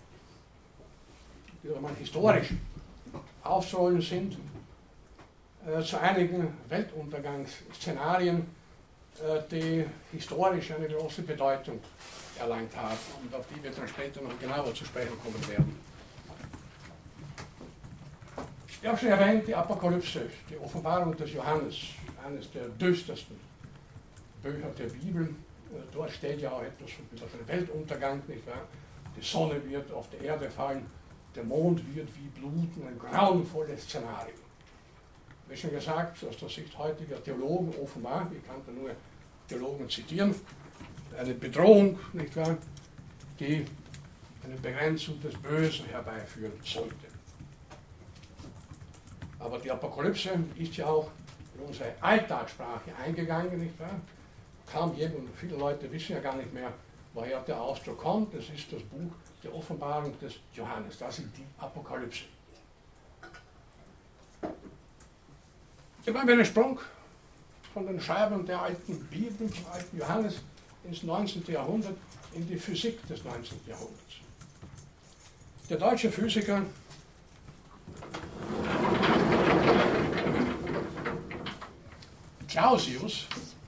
die mal historisch aufzurollen sind, zu einigen Weltuntergangsszenarien, die historisch eine große Bedeutung erlangt haben und auf die wir dann später noch genauer zu sprechen kommen werden. Ich habe schon erwähnt, die Apokalypse, die Offenbarung des Johannes, eines der düstersten Bücher der Bibel. Dort steht ja auch etwas über den Weltuntergang, nicht wahr? Die Sonne wird auf die Erde fallen, der Mond wird wie Blut, ein grauenvolles Szenario. Wie schon gesagt, aus der Sicht heutiger Theologen offenbar, ich kann da nur Theologen zitieren, eine Bedrohung, nicht wahr, die eine Begrenzung des Bösen herbeiführen sollte. Aber die Apokalypse ist ja auch in unsere Alltagssprache eingegangen, nicht wahr? Kaum jemand, und viele Leute wissen ja gar nicht mehr, woher der Ausdruck kommt. Das ist das Buch der Offenbarung des Johannes, das ist die Apokalypse. Ich mache einen Sprung von den Schreibern der alten Bibel, vom alten Johannes, ins 19. Jahrhundert, in die Physik des 19. Jahrhunderts. Der deutsche Physiker Clausius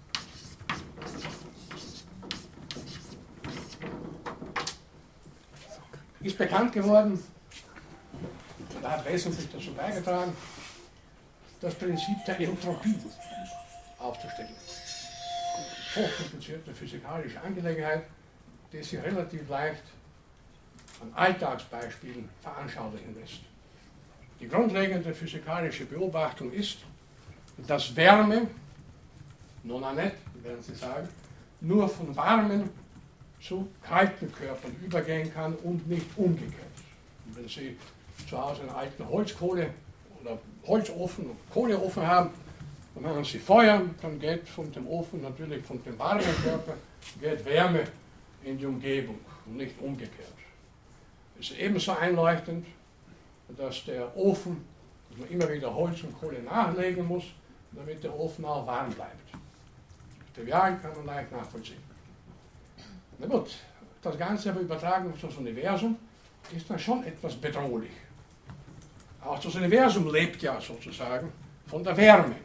ist bekannt geworden und hat wesentlich dazu beigetragen, das Prinzip der Entropie aufzustellen. Hochkomplizierte physikalische Angelegenheit, die sich relativ leicht an Alltagsbeispielen veranschaulichen lässt. Die grundlegende physikalische Beobachtung ist, dass Wärme, non a net, werden Sie sagen, nur von warmen zu kalten Körpern übergehen kann und nicht umgekehrt. Und wenn Sie zu Hause einen alten Holzkohle- oder Holzofen und Kohleofen haben, dann machen Sie Feuer, dann geht von dem Ofen natürlich von dem warmen Körper geht Wärme in die Umgebung und nicht umgekehrt. Es ist ebenso einleuchtend, dass der Ofen, dass man immer wieder Holz und Kohle nachlegen muss, damit der Ofen auch warm bleibt. Trivial, kann man leicht nachvollziehen. Na gut, das Ganze aber übertragen auf das Universum ist dann schon etwas bedrohlich. Auch das Universum lebt ja sozusagen von der Wärme.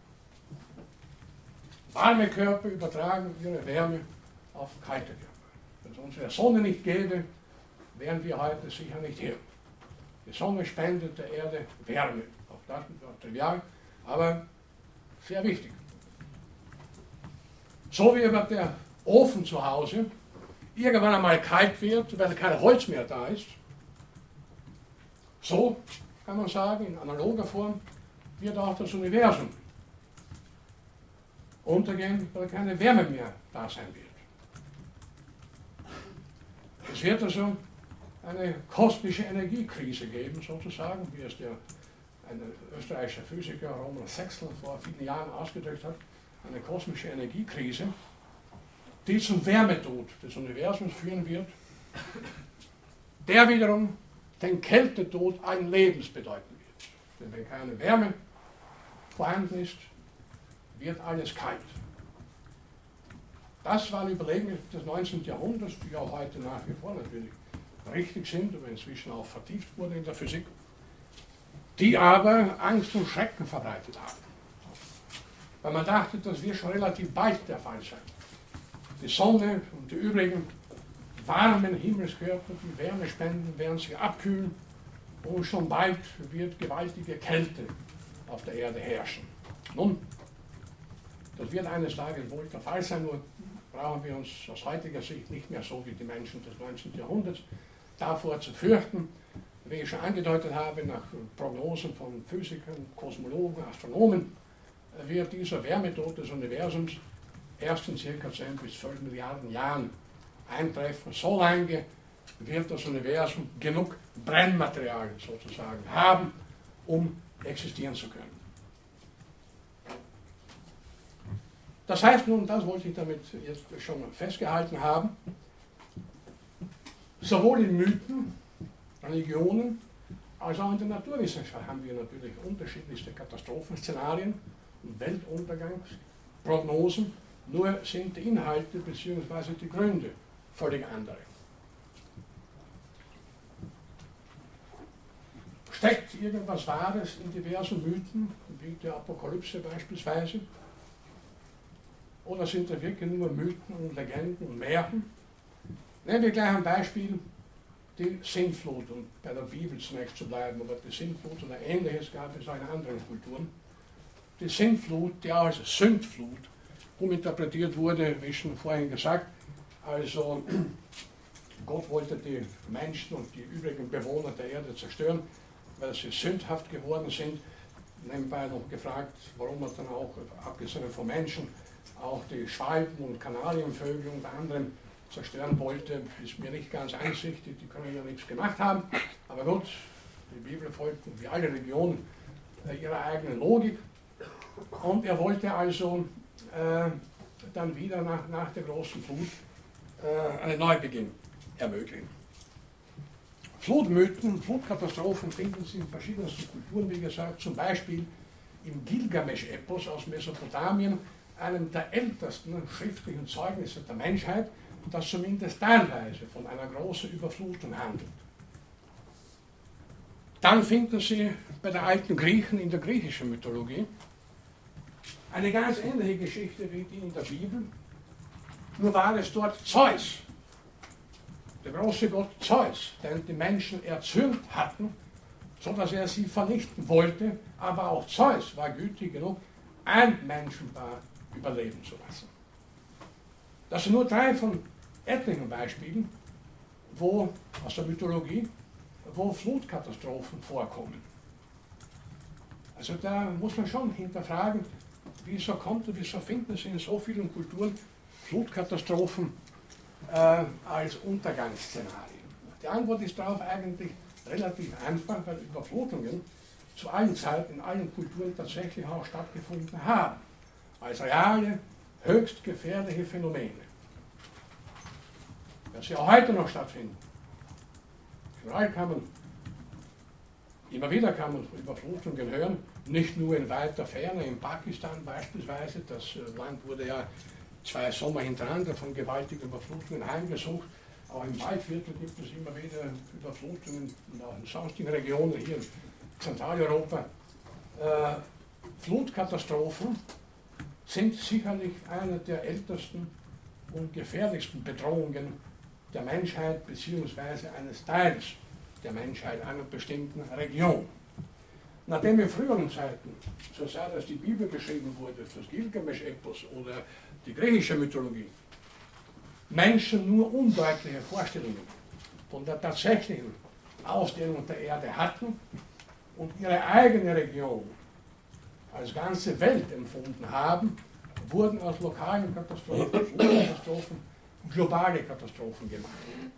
Warme Körper übertragen ihre Wärme auf kalte Körper. Wenn es unsere Sonne nicht gäbe, wären wir heute sicher nicht hier. Die Sonne spendet der Erde Wärme. Auch das ist trivial, aber sehr wichtig. So wie aber der Ofen zu Hause irgendwann einmal kalt wird, weil kein Holz mehr da ist, so kann man sagen, in analoger Form wird auch das Universum untergehen, weil keine Wärme mehr da sein wird. Es wird also eine kosmische Energiekrise geben, sozusagen, wie es ein österreichischer Physiker Roman Sextel vor vielen Jahren ausgedrückt hat, eine kosmische Energiekrise, die zum Wärmetod des Universums führen wird, der wiederum den Kältetod allen Lebens bedeuten wird. Denn wenn keine Wärme vorhanden ist, wird alles kalt. Das waren Überlegungen des 19. Jahrhunderts, die auch heute nach wie vor natürlich richtig sind, aber inzwischen auch vertieft wurden in der Physik, die aber Angst und Schrecken verbreitet haben. Weil man dachte, das wird schon relativ bald der Fall sein. Die Sonne und die übrigen warmen Himmelskörper, die Wärme spenden, werden sich abkühlen und schon bald wird gewaltige Kälte auf der Erde herrschen. Nun, das wird eines Tages wohl der Fall sein, nur brauchen wir uns aus heutiger Sicht nicht mehr so wie die Menschen des 19. Jahrhunderts davor zu fürchten. Wie ich schon angedeutet habe, nach Prognosen von Physikern, Kosmologen, Astronomen, wird dieser Wärmetod des Universums erst in ca. 10 bis 12 Milliarden Jahren eintreffen. Solange wird das Universum genug Brennmaterial sozusagen haben, um existieren zu können. Das heißt nun, das wollte ich damit jetzt schon festgehalten haben, sowohl in Mythen, Religionen, als auch in der Naturwissenschaft haben wir natürlich unterschiedlichste Katastrophenszenarien und Weltuntergangsprognosen, nur sind die Inhalte bzw. die Gründe völlig andere. Steckt irgendwas Wahres in diversen Mythen, wie der Apokalypse beispielsweise? Oder sind da wirklich nur Mythen und Legenden und Märchen? Nehmen wir gleich ein Beispiel, die Sintflut, um bei der Bibel zunächst zu bleiben, aber die Sintflut oder Ähnliches gab es auch in anderen Kulturen. Die Sintflut, die auch als Sündflut uminterpretiert wurde, wie schon vorhin gesagt, also Gott wollte die Menschen und die übrigen Bewohner der Erde zerstören, weil sie sündhaft geworden sind. Nebenbei noch gefragt, warum man dann auch, abgesehen von Menschen, auch die Schwalben und Kanarienvögel unter anderem zerstören wollte, ist mir nicht ganz einsichtig, die können ja nichts gemacht haben. Aber gut, die Bibel folgt wie alle Religionen ihrer eigenen Logik. Und er wollte also dann wieder nach der großen Flut einen Neubeginn ermöglichen. Flutmythen, Flutkatastrophen finden Sie in verschiedensten Kulturen, wie gesagt, zum Beispiel im Gilgamesch-Epos aus Mesopotamien, einem der ältesten schriftlichen Zeugnisse der Menschheit, das zumindest teilweise von einer großen Überflutung handelt. Dann finden Sie bei den alten Griechen in der griechischen Mythologie eine ganz ähnliche Geschichte wie die in der Bibel, nur war es dort Zeus, der große Gott Zeus, den die Menschen erzürnt hatten, sodass er sie vernichten wollte, aber auch Zeus war gütig genug, ein Menschenpaar überleben zu lassen. Das sind nur 3 von etlichen Beispielen, wo aus der Mythologie, wo Flutkatastrophen vorkommen. Also da muss man schon hinterfragen, wieso kommt und wieso finden Sie in so vielen Kulturen Flutkatastrophen als Untergangsszenarien? Die Antwort ist darauf eigentlich relativ einfach, weil Überflutungen zu allen Zeiten in allen Kulturen tatsächlich auch stattgefunden haben, als reale, höchst gefährliche Phänomene, dass sie auch heute noch stattfinden. Überall immer wieder kann man von Überflutungen hören, nicht nur in weiter Ferne, in Pakistan beispielsweise, das Land wurde ja 2 Sommer hintereinander von gewaltigen Überflutungen heimgesucht. Auch im Waldviertel gibt es immer wieder Überflutungen und auch in sonstigen Regionen hier in Zentraleuropa. Flutkatastrophen sind sicherlich eine der ältesten und gefährlichsten Bedrohungen der Menschheit bzw. eines Teils der Menschheit einer bestimmten Region. Nachdem in früheren Zeiten, zur Zeit, als die Bibel geschrieben wurde, das Gilgamesch-Epos oder die griechische Mythologie, Menschen nur undeutliche Vorstellungen von der tatsächlichen Ausdehnung der Erde hatten und ihre eigene Region als ganze Welt empfunden haben, wurden aus lokalen Katastrophen, Flutkatastrophen, globale Katastrophen gemacht.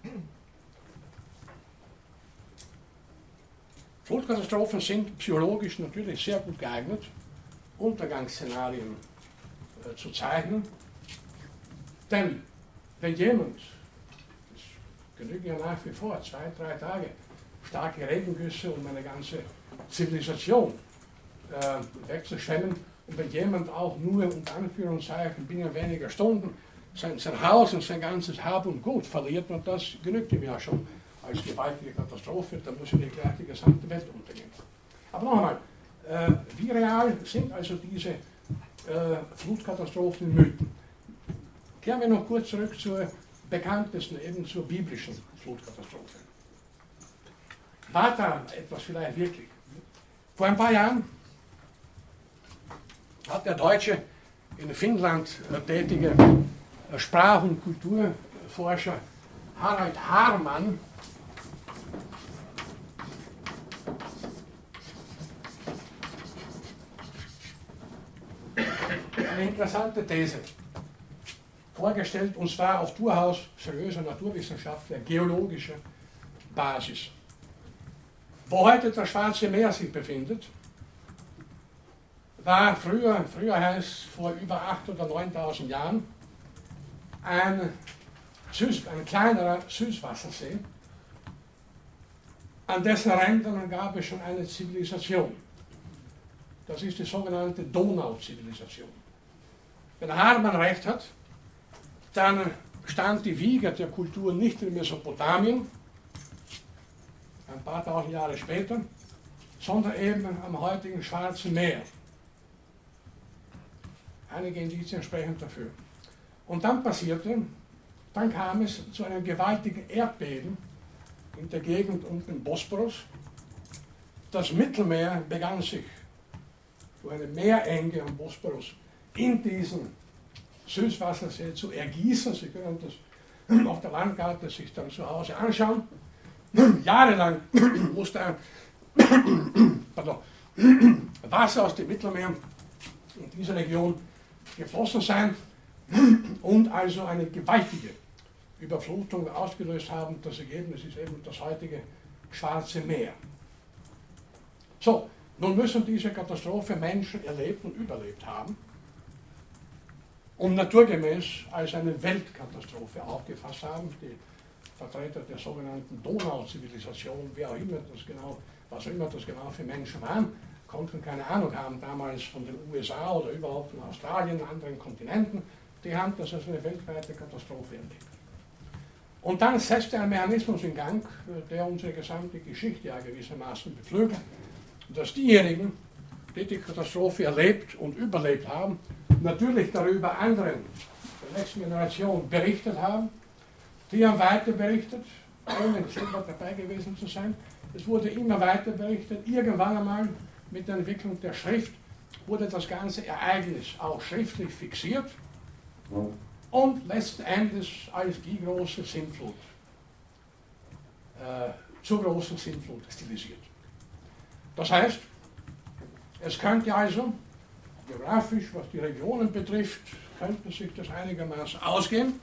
Flutkatastrophen sind psychologisch natürlich sehr gut geeignet, Untergangsszenarien zu zeichnen, denn wenn jemand, es genügen ja nach wie vor 2, 3 Tage, starke Regengüsse, um eine ganze Zivilisation wegzuschwemmen, und wenn jemand auch nur unter Anführungszeichen binnen weniger Stunden sein Haus und sein ganzes Hab und Gut verliert, und das genügt ihm ja schon als gewaltige Katastrophe, dann muss ja nicht gleich die gesamte Welt untergehen. Aber noch einmal, wie real sind also diese Flutkatastrophen Mythen? Kehren wir noch kurz zurück zur bekanntesten, eben zur biblischen Flutkatastrophe. War da etwas vielleicht wirklich? Vor ein paar Jahren hat der deutsche, in Finnland tätige Sprach- und Kulturforscher Harald Haarmann eine interessante These vorgestellt, und zwar auf durchaus seriöser naturwissenschaftlicher, geologischer Basis. Wo heute das Schwarze Meer sich befindet, war früher heißt vor über 8.000 oder 9.000 Jahren, ein kleinerer Süßwassersee, an dessen Rändern gab es schon eine Zivilisation. Das ist die sogenannte Donauzivilisation. Wenn Haarmann recht hat, dann stand die Wiege der Kultur nicht in Mesopotamien, ein paar tausend Jahre später, sondern eben am heutigen Schwarzen Meer. Einige Indizien sprechen dafür. Und dann kam es zu einem gewaltigen Erdbeben in der Gegend um den Bosporus. Das Mittelmeer begann sich durch eine Meerenge am Bosporus in diesen Süßwassersee zu ergießen. Sie können das auf der Landkarte sich dann zu Hause anschauen. Jahrelang musste Wasser aus dem Mittelmeer in dieser Region geflossen sein und also eine gewaltige Überflutung ausgelöst haben. Das Ergebnis ist eben das heutige Schwarze Meer. So, nun müssen diese Katastrophe Menschen erlebt und überlebt haben und naturgemäß als eine Weltkatastrophe aufgefasst haben. Die Vertreter der sogenannten Donauzivilisation, was auch immer das genau für Menschen waren, konnten keine Ahnung haben damals von den USA oder überhaupt von Australien, anderen Kontinenten. Die haben das als eine weltweite Katastrophe erlebt. Und dann setzte ein Mechanismus in Gang, der unsere gesamte Geschichte ja gewissermaßen beflügelt, dass diejenigen, die die Katastrophe erlebt und überlebt haben, natürlich darüber anderen, der nächsten Generation, berichtet haben. Die haben weiter berichtet, ohne selber dabei gewesen zu sein. Es wurde immer weiter berichtet. Irgendwann einmal mit der Entwicklung der Schrift wurde das ganze Ereignis auch schriftlich fixiert und letzten Endes als die große Sintflut, zur großen Sintflut stilisiert. Das heißt, es könnte also, geografisch, was die Regionen betrifft, könnte sich das einigermaßen ausgehen.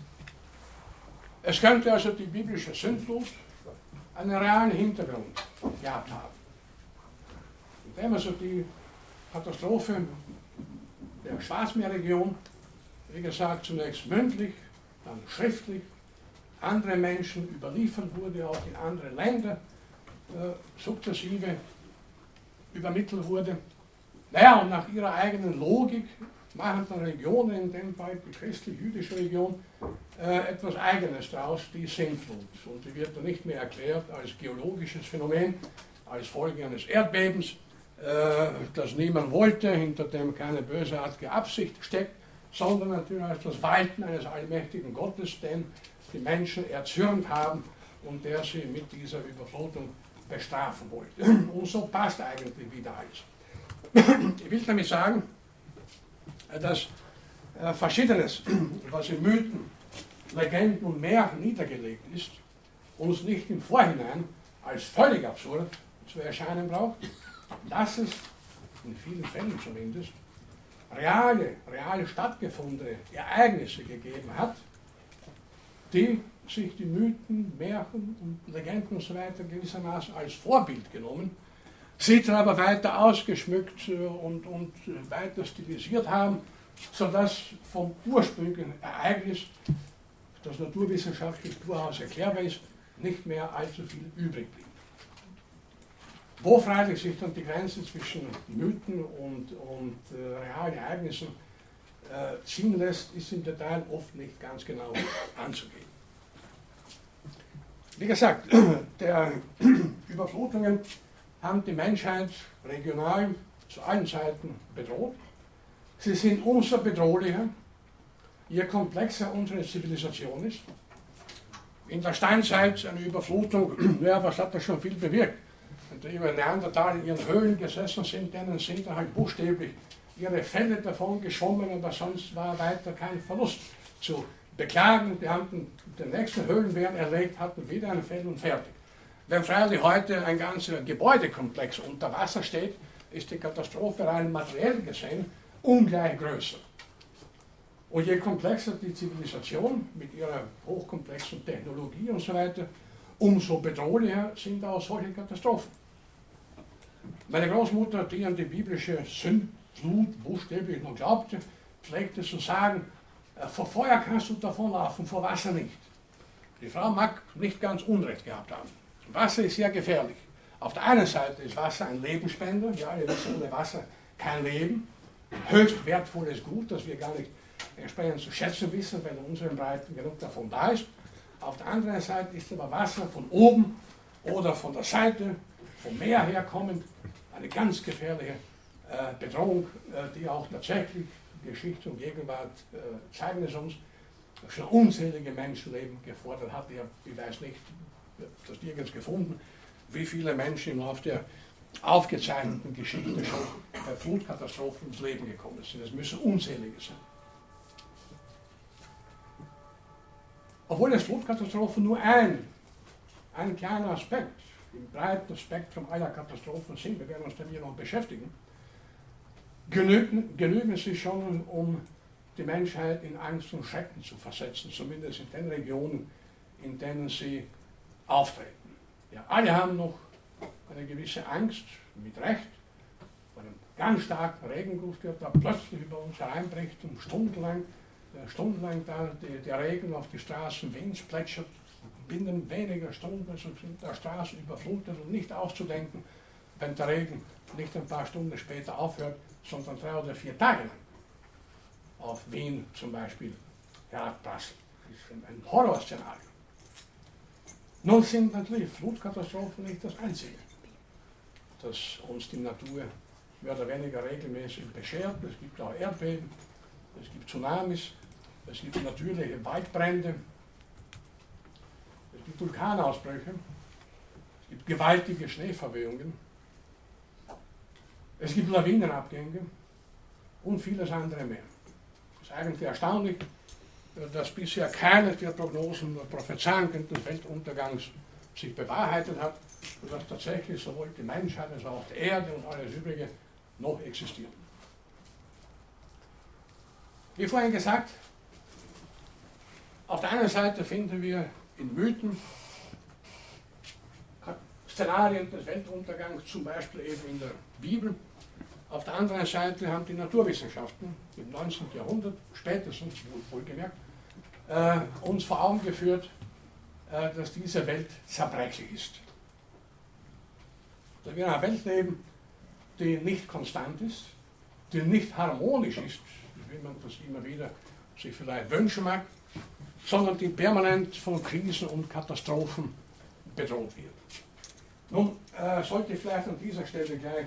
Es könnte also die biblische Sintflut einen realen Hintergrund gehabt haben. Indem also die Katastrophe der Schwarzmeerregion, wie gesagt, zunächst mündlich, dann schriftlich, andere Menschen überliefert wurde, auch in andere Länder sukzessive übermittelt wurde. Naja, und nach ihrer eigenen Logik machen dann Regionen, in dem Fall die christlich-jüdische Region, etwas Eigenes daraus, die Sintflut. Und die wird dann nicht mehr erklärt als geologisches Phänomen, als Folge eines Erdbebens, das niemand wollte, hinter dem keine bösartige Absicht steckt, sondern natürlich als das Walten eines allmächtigen Gottes, den die Menschen erzürnt haben und der sie mit dieser Überflutung bestrafen wollte. Und so passt eigentlich wieder alles. Ich will damit sagen, dass Verschiedenes, was in Mythen, Legenden und Märchen niedergelegt ist, uns nicht im Vorhinein als völlig absurd zu erscheinen braucht, dass es, in vielen Fällen zumindest, real stattgefundene Ereignisse gegeben hat, die sich die Mythen, Märchen und Legenden und so weiter gewissermaßen als Vorbild genommen, sie dann aber weiter ausgeschmückt und weiter stilisiert haben, sodass vom ursprünglichen Ereignis, das naturwissenschaftlich durchaus erklärbar ist, nicht mehr allzu viel übrig blieb. Wo freilich sich dann die Grenze zwischen Mythen und realen Ereignissen ziehen lässt, ist im Detail oft nicht ganz genau anzugehen. Wie gesagt, der Überflutungen haben die Menschheit regional zu allen Zeiten bedroht. Sie sind umso bedrohlicher, je komplexer unsere Zivilisation ist. In der Steinzeit eine Überflutung, ja, was hat das schon viel bewirkt? Wenn die über Neandertal in ihren Höhlen gesessen sind, denen sind da halt buchstäblich ihre Felle davon geschwommen, aber sonst war weiter kein Verlust zu beklagen. Die haben den nächsten Höhlenbären erlegt, hatten wieder ein Fell und fertig. Wenn freilich heute ein ganzer Gebäudekomplex unter Wasser steht, ist die Katastrophe rein materiell gesehen ungleich größer. Und je komplexer die Zivilisation mit ihrer hochkomplexen Technologie und so weiter, umso bedrohlicher sind auch solche Katastrophen. Meine Großmutter, die an die biblische Sündflut buchstäblich noch glaubte, pflegte zu sagen, vor Feuer kannst du davonlaufen, vor Wasser nicht. Die Frau mag nicht ganz Unrecht gehabt haben. Wasser ist sehr gefährlich. Auf der einen Seite ist Wasser ein Lebensspender, ja, wir wissen, ohne Wasser kein Leben. Höchst wertvolles Gut, das wir gar nicht entsprechend zu schätzen wissen, wenn in unseren Breiten genug davon da ist. Auf der anderen Seite ist aber Wasser von oben oder von der Seite, vom Meer herkommend, eine ganz gefährliche Bedrohung, die auch tatsächlich Geschichte und Gegenwart zeigen es uns, schon unzählige Menschenleben gefordert hat. Ich weiß nicht, das nirgends gefunden, wie viele Menschen im Laufe der aufgezeichneten Geschichte schon bei Flutkatastrophen ums Leben gekommen sind. Es müssen unzählige sein. Obwohl es Flutkatastrophen nur ein kleiner Aspekt im breiten Spektrum aller Katastrophen sind, wir werden uns damit noch beschäftigen, genügen sie schon, um die Menschheit in Angst und Schrecken zu versetzen, zumindest in den Regionen, in denen sie auftreten. Ja, alle haben noch eine gewisse Angst, mit Recht, bei einem ganz starken Regenguss, der da plötzlich über uns hereinbricht und stundenlang da der Regen auf die Straßen Wiens plätschert, binnen weniger Stunden sind der Straßen überflutet und nicht auszudenken, wenn der Regen nicht ein paar Stunden später aufhört, sondern 3 oder 4 Tage lang auf Wien zum Beispiel herabprasselt. Das ist ein Horrorszenario. Nun sind natürlich Flutkatastrophen nicht das Einzige, das uns die Natur mehr oder weniger regelmäßig beschert. Es gibt auch Erdbeben, es gibt Tsunamis, es gibt natürliche Waldbrände, es gibt Vulkanausbrüche, es gibt gewaltige Schneeverwehungen, es gibt Lawinenabgänge und vieles andere mehr. Es ist eigentlich erstaunlich, dass bisher keine der Prognosen oder Prophezeiungen des Weltuntergangs sich bewahrheitet hat und dass tatsächlich sowohl die Menschheit als auch die Erde und alles Übrige noch existieren. Wie vorhin gesagt, auf der einen Seite finden wir in Mythen Szenarien des Weltuntergangs, zum Beispiel eben in der Bibel. Auf der anderen Seite haben die Naturwissenschaften im 19. Jahrhundert, spätestens wohlgemerkt, uns vor Augen geführt, dass diese Welt zerbrechlich ist. Dass wir in einer Welt leben, die nicht konstant ist, die nicht harmonisch ist, wie man das immer wieder sich vielleicht wünschen mag, sondern die permanent von Krisen und Katastrophen bedroht wird. Nun sollte ich vielleicht an dieser Stelle gleich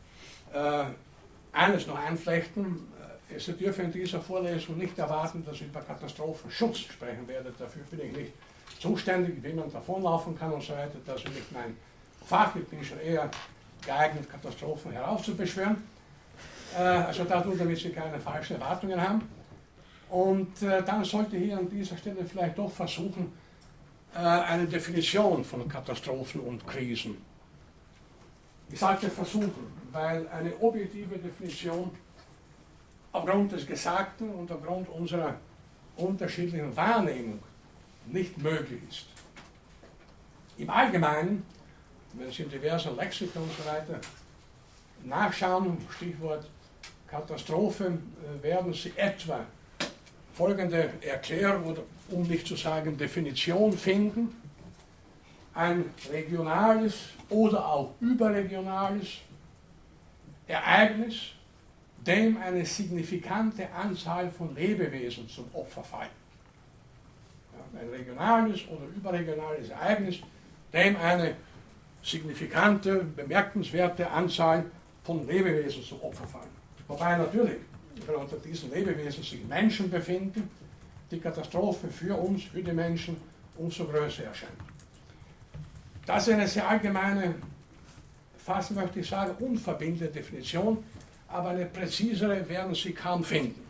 eines noch einflechten. Sie dürfen in dieser Vorlesung nicht erwarten, dass ich über Katastrophenschutz sprechen werde. Dafür bin ich nicht zuständig, wie man davonlaufen kann und so weiter. Das ist nicht mein Fach. Ich bin schon eher geeignet, Katastrophen heraufzubeschwören. Also damit Sie keine falschen Erwartungen haben. Und dann sollte ich hier an dieser Stelle vielleicht doch versuchen, eine Definition von Katastrophen und Krisen. Ich sagte versuchen, weil eine objektive Definition aufgrund des Gesagten und aufgrund unserer unterschiedlichen Wahrnehmung nicht möglich ist. Im Allgemeinen, wenn Sie in diversen Lexikon und so weiter nachschauen, Stichwort Katastrophe, werden Sie etwa folgende Erklärung oder um nicht zu sagen Definition finden: ein regionales oder auch überregionales Ereignis, dem eine signifikante Anzahl von Lebewesen zum Opfer fallen. Ja, ein regionales oder überregionales Ereignis, dem eine signifikante, bemerkenswerte Anzahl von Lebewesen zum Opfer fallen. Wobei natürlich unter diesen Lebewesen sich Menschen befinden, die Katastrophe für uns, für die Menschen, umso größer erscheint. Das ist eine sehr allgemeine, fast möchte ich sagen, unverbindliche Definition, aber eine präzisere werden Sie kaum finden.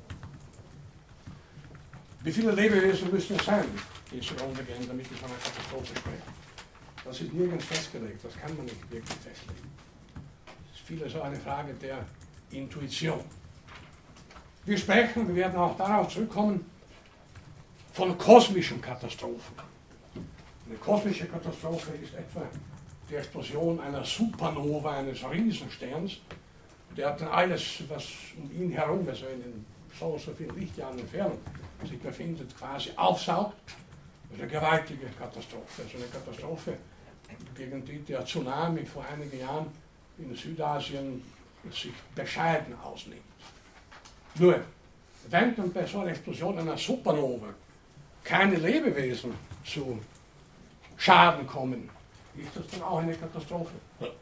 Wie viele Lebewesen müssen es sein, die zugrunde gehen, damit ich von einer Katastrophe spreche? Das ist nirgends festgelegt, das kann man nicht wirklich festlegen. Das ist vieles so eine Frage der Intuition. Wir sprechen, wir werden auch darauf zurückkommen, von kosmischen Katastrophen. Eine kosmische Katastrophe ist etwa die Explosion einer Supernova, eines Riesensterns, der dann alles, was um ihn herum, also in so vielen Lichtjahren Entfernung sich befindet, quasi aufsaugt. Das ist eine gewaltige Katastrophe. Also eine Katastrophe, gegen die der Tsunami vor einigen Jahren in Südasien sich bescheiden ausnimmt. Nur, wenn dann bei so einer Explosion einer Supernova keine Lebewesen zu Schaden kommen, ist das dann auch eine Katastrophe?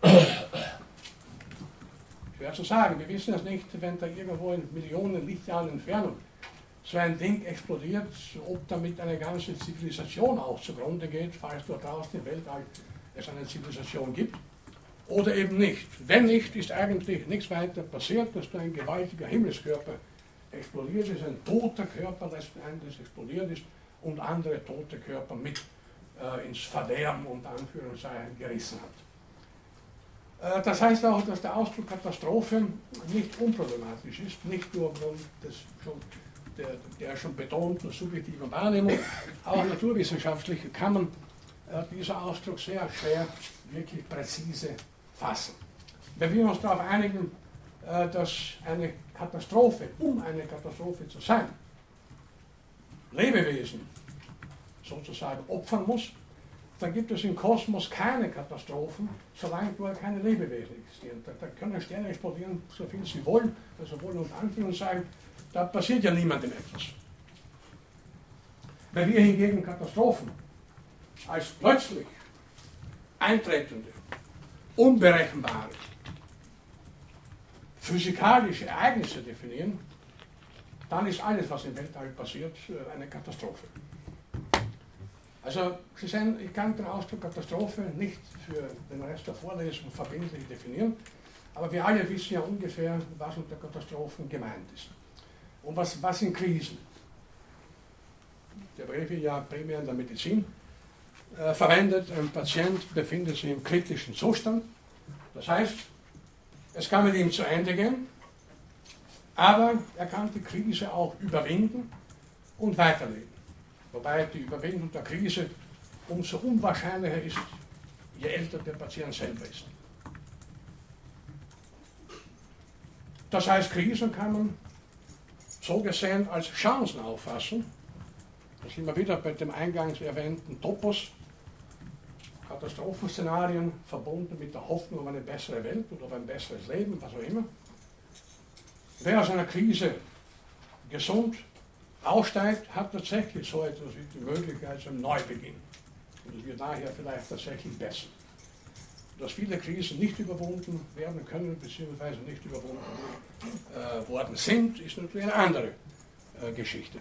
Schwer zu sagen, wir wissen es nicht, wenn da irgendwo in Millionen Lichtjahren Entfernung so ein Ding explodiert, ob damit eine ganze Zivilisation auch zugrunde geht, falls dort draußen im Weltall es eine Zivilisation gibt, oder eben nicht. Wenn nicht, ist eigentlich nichts weiter passiert, dass da ein gewaltiger Himmelskörper explodiert ist, ein toter Körper letzten Endes explodiert ist und andere tote Körper mit ins Verderben unter Anführungszeichen gerissen hat. Das heißt auch, dass der Ausdruck Katastrophe nicht unproblematisch ist, nicht nur aufgrund der schon betonten subjektiven Wahrnehmung, auch naturwissenschaftlich kann man dieser Ausdruck sehr schwer wirklich präzise fassen. Wenn wir uns darauf einigen, dass eine Katastrophe, um eine Katastrophe zu sein, Lebewesen sozusagen opfern muss, dann gibt es im Kosmos keine Katastrophen, solange dort keine Lebewesen existieren. Da können Sterne explodieren, so viel sie wollen, also wollen und Anführungszeichen, da passiert ja niemandem etwas. Wenn wir hingegen Katastrophen als plötzlich eintretende, unberechenbare, physikalische Ereignisse definieren, dann ist alles, was im Weltall passiert, eine Katastrophe. Also, Sie sehen, ich kann den Ausdruck Katastrophe nicht für den Rest der Vorlesung verbindlich definieren, aber wir alle wissen ja ungefähr, was unter Katastrophen gemeint ist. Und was sind Krisen? Der Begriff wird ja primär in der Medizin verwendet. Ein Patient befindet sich im kritischen Zustand. Das heißt, es kann mit ihm zu Ende gehen, aber er kann die Krise auch überwinden und weiterleben. Wobei die Überwindung der Krise umso unwahrscheinlicher ist, je älter der Patient selber ist. Das heißt, Krisen kann man so gesehen als Chancen auffassen. Da sind wir wieder bei dem eingangs erwähnten Topos. Katastrophenszenarien verbunden mit der Hoffnung auf eine bessere Welt oder auf ein besseres Leben, was auch immer. Wer aus einer Krise gesund aussteigt, hat tatsächlich so etwas wie die Möglichkeit zu einem Neubeginn. Und es wird nachher vielleicht tatsächlich besser. Dass viele Krisen nicht überwunden werden können, beziehungsweise nicht überwunden worden sind, ist natürlich eine andere Geschichte.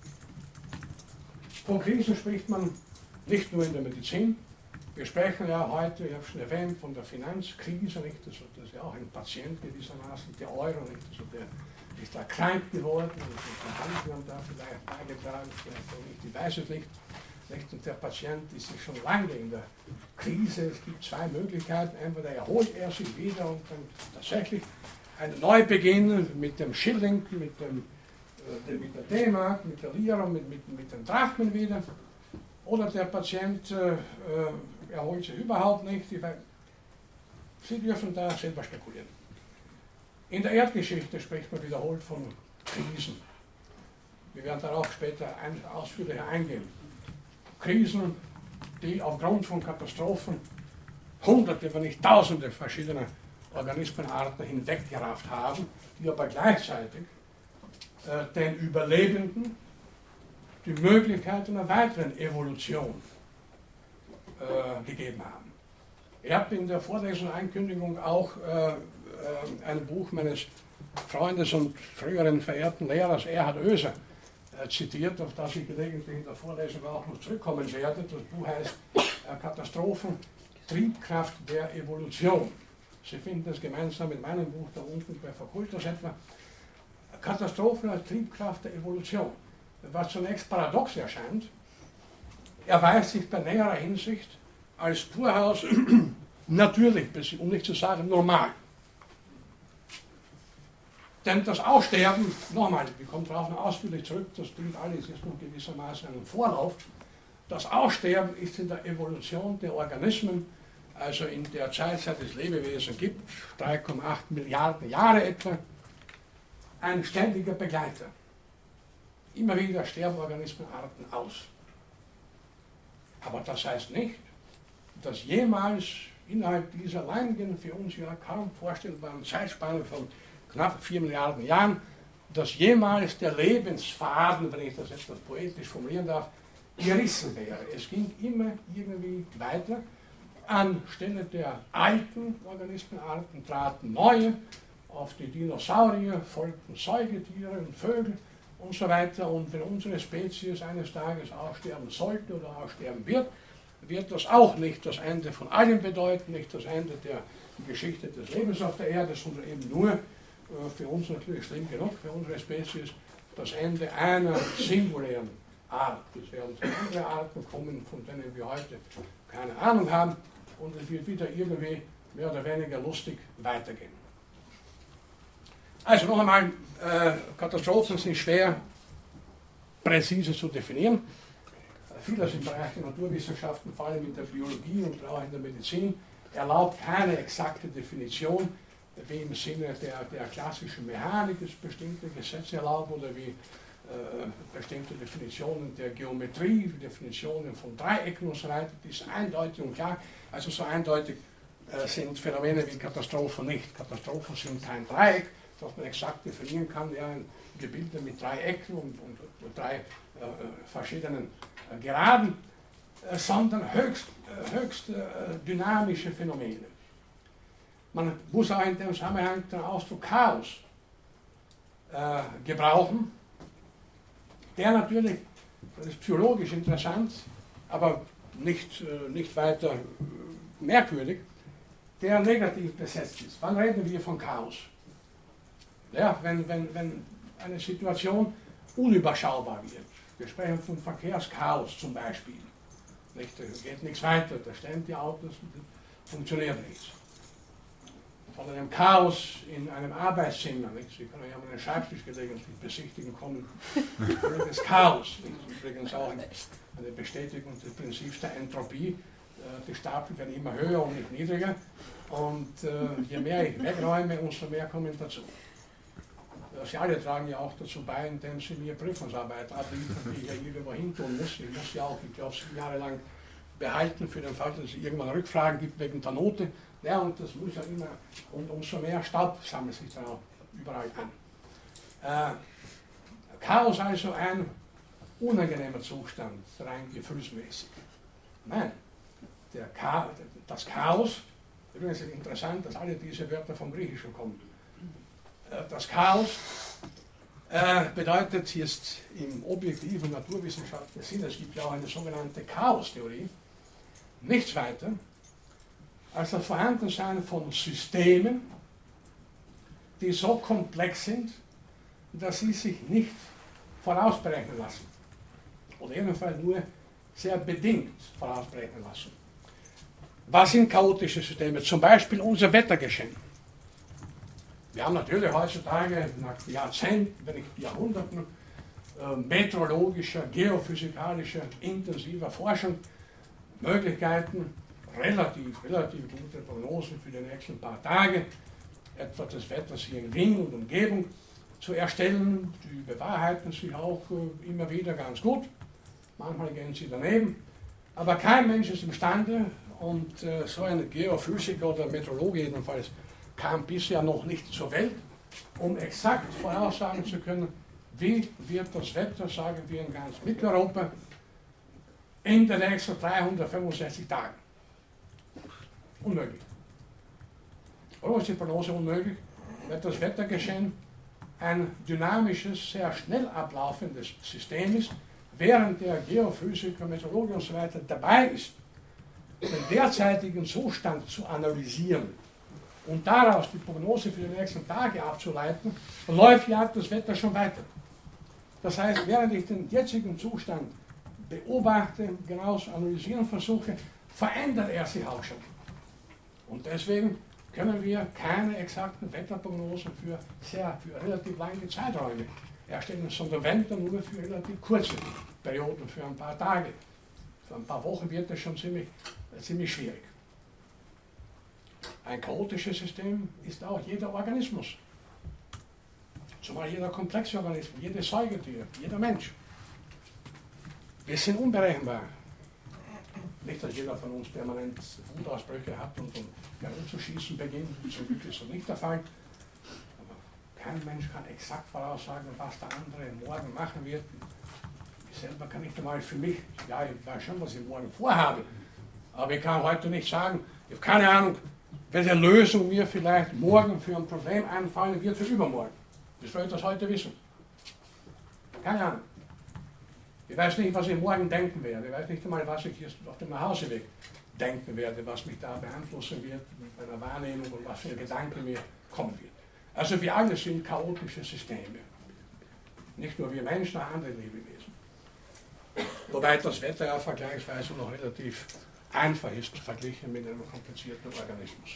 Von Krisen spricht man nicht nur in der Medizin. Wir sprechen ja heute, ich habe schon erwähnt, von der Finanzkrise, nicht? Also das ist ja auch ein Patient gewissermaßen, der Euro, nicht? Also der ist da krank geworden, und die Banken haben da vielleicht beigetragen, vielleicht auch nicht, ich weiß es nicht. Und der Patient ist schon lange in der Krise. Es gibt zwei Möglichkeiten. Entweder erholt er sich wieder und dann tatsächlich einen Neubeginn mit dem Schilling, mit der D-Mark, mit der Lira, mit den Drachmen wieder. Oder der Patient erholt sich überhaupt nicht. Sie dürfen da selber spekulieren. In der Erdgeschichte spricht man wiederholt von Krisen. Wir werden darauf später ausführlicher eingehen. Krisen, die aufgrund von Katastrophen Hunderte, wenn nicht Tausende verschiedener Organismenarten hinweggerafft haben, die aber gleichzeitig den Überlebenden die Möglichkeit einer weiteren Evolution gegeben haben. Ich habe in der Vorlesungsankündigung auch ein Buch meines Freundes und früheren verehrten Lehrers Erhard Oeser zitiert, auf das ich gelegentlich in der Vorlesung auch noch zurückkommen werde. Das Buch heißt Katastrophen, Triebkraft der Evolution. Sie finden es gemeinsam mit meinem Buch da unten bei Fakultas etwa. Katastrophen als Triebkraft der Evolution. Was zunächst paradox erscheint, erweist sich bei näherer Hinsicht als durchaus natürlich, um nicht zu sagen normal. Denn das Aussterben, nochmal, wir kommen darauf noch ausführlich zurück, das dient alles jetzt noch gewissermaßen einen Vorlauf. Das Aussterben ist in der Evolution der Organismen, also in der Zeit, seit es Lebewesen gibt, 3,8 Milliarden Jahre etwa, ein ständiger Begleiter. Immer wieder sterben Organismenarten aus. Aber das heißt nicht, dass jemals innerhalb dieser langen, für uns ja kaum vorstellbaren Zeitspanne von knapp 4 Milliarden Jahren, dass jemals der Lebensfaden, wenn ich das etwas poetisch formulieren darf, gerissen wäre. Es ging immer irgendwie weiter. Anstelle der alten Organismenarten traten neue. Auf die Dinosaurier folgten Säugetiere und Vögel und so weiter. Und wenn unsere Spezies eines Tages aussterben sollte oder aussterben wird, wird das auch nicht das Ende von allem bedeuten, nicht das Ende der Geschichte des Lebens auf der Erde, sondern eben nur, für uns natürlich schlimm genug, für unsere Spezies, das Ende einer singulären Art. Es werden andere Arten kommen, von denen wir heute keine Ahnung haben, und es wird wieder irgendwie mehr oder weniger lustig weitergehen. Also noch einmal, Katastrophen sind schwer präzise zu definieren. Vieles im Bereich der Naturwissenschaften, vor allem in der Biologie und auch in der Medizin, erlaubt keine exakte Definition, wie im Sinne der klassischen Mechanik es bestimmte Gesetze erlauben oder wie bestimmte Definitionen der Geometrie, Definitionen von Dreiecken und so weiter. Die ist eindeutig und klar. Also so eindeutig sind Phänomene wie Katastrophen nicht. Katastrophen sind kein Dreieck, das man exakt definieren kann, ja, ein Gebilde mit 3 Ecken und 3 verschiedenen Geraden, sondern höchst dynamische Phänomene. Man muss auch in dem Zusammenhang den Ausdruck Chaos gebrauchen, der natürlich, das ist psychologisch interessant, aber nicht weiter merkwürdig, der negativ besetzt ist. Wann reden wir von Chaos? Ja, wenn eine Situation unüberschaubar wird. Wir sprechen von Verkehrschaos zum Beispiel. Nicht, da geht nichts weiter, da stehen die Autos, funktioniert nichts. Von einem Chaos in einem Arbeitszimmer. Nicht? Sie können ja mal einen Schreibtisch gelegentlich besichtigen kommen. Das Chaos. Nicht? Übrigens auch eine Bestätigung des Prinzips der Entropie. Die Stapel werden immer höher und nicht niedriger. Und je mehr ich wegräume, umso mehr kommen dazu. Sie alle tragen ja auch dazu bei, indem sie mir Prüfungsarbeit abliefern, die ich ja irgendwo hin tun muss. Ich muss sie auch, ich glaube, 7 Jahre lang behalten, für den Fall, dass es irgendwann Rückfragen gibt wegen der Note. Ja, und das muss ja immer, und umso mehr Staub sammelt sich dann auch überall an. Chaos also ein unangenehmer Zustand, rein gefühlsmäßig. Nein, das Chaos, übrigens ist interessant, dass alle diese Wörter vom Griechischen kommen. Das Chaos bedeutet jetzt im objektiven naturwissenschaftlichen Sinn, es gibt ja auch eine sogenannte Chaostheorie, nichts weiter als das Vorhandensein von Systemen, die so komplex sind, dass sie sich nicht vorausberechnen lassen. Oder jedenfalls nur sehr bedingt vorausberechnen lassen. Was sind chaotische Systeme? Zum Beispiel unser Wettergeschehen. Wir haben natürlich heutzutage nach Jahrzehnten, wenn nicht Jahrhunderten, meteorologischer, geophysikalischer, intensiver Forschung Möglichkeiten, relativ gute Prognosen für die nächsten paar Tage, etwa des Wetters hier in Wien und Umgebung, zu erstellen. Die bewahrheiten sich auch immer wieder ganz gut. Manchmal gehen sie daneben. Aber kein Mensch ist imstande, und so ein Geophysiker oder Meteorologe jedenfalls kam bisher noch nicht zur Welt, um exakt voraussagen zu können, wie wird das Wetter, sagen wir in ganz Mitteleuropa, in den nächsten 365 Tagen. Unmöglich. Warum ist die Prognose unmöglich? Weil das Wettergeschehen ein dynamisches, sehr schnell ablaufendes System ist, während der Geophysiker, Meteorologe und so weiter dabei ist, den derzeitigen Zustand zu analysieren und daraus die Prognose für die nächsten Tage abzuleiten, läuft ja das Wetter schon weiter. Das heißt, während ich den jetzigen Zustand beobachte, genauso analysieren versuche, verändert er sich auch schon. Und deswegen können wir keine exakten Wetterprognosen für relativ lange Zeiträume erstellen, sondern wenn dann nur für relativ kurze Perioden, für ein paar Tage Für ein paar Wochen wird das schon ziemlich schwierig. Ein chaotisches System ist auch jeder Organismus. Zumal jeder komplexe Organismus, jedes Säugetier, jeder Mensch. Wir sind unberechenbar. Nicht, dass jeder von uns permanent Wutausbrüche hat und herumzuschießen beginnt. Zum Glück ist das nicht der Fall. Aber kein Mensch kann exakt voraussagen, was der andere morgen machen wird. Ich selber kann nicht einmal für mich, ja, ich weiß schon, was ich morgen vorhabe. Aber ich kann heute nicht sagen, ich habe keine Ahnung, welche Lösung mir vielleicht morgen für ein Problem einfallen wird für übermorgen. Ich soll das heute wissen. Keine Ahnung. Ich weiß nicht, was ich morgen denken werde. Ich weiß nicht einmal, was ich jetzt auf dem Nachhauseweg denken werde, was mich da beeinflussen wird mit meiner Wahrnehmung und was für Gedanken mir kommen wird. Also wir alle sind chaotische Systeme. Nicht nur wir Menschen, auch andere Lebewesen. Wobei das Wetter ja vergleichsweise noch relativ einfach ist, verglichen mit einem komplizierten Organismus.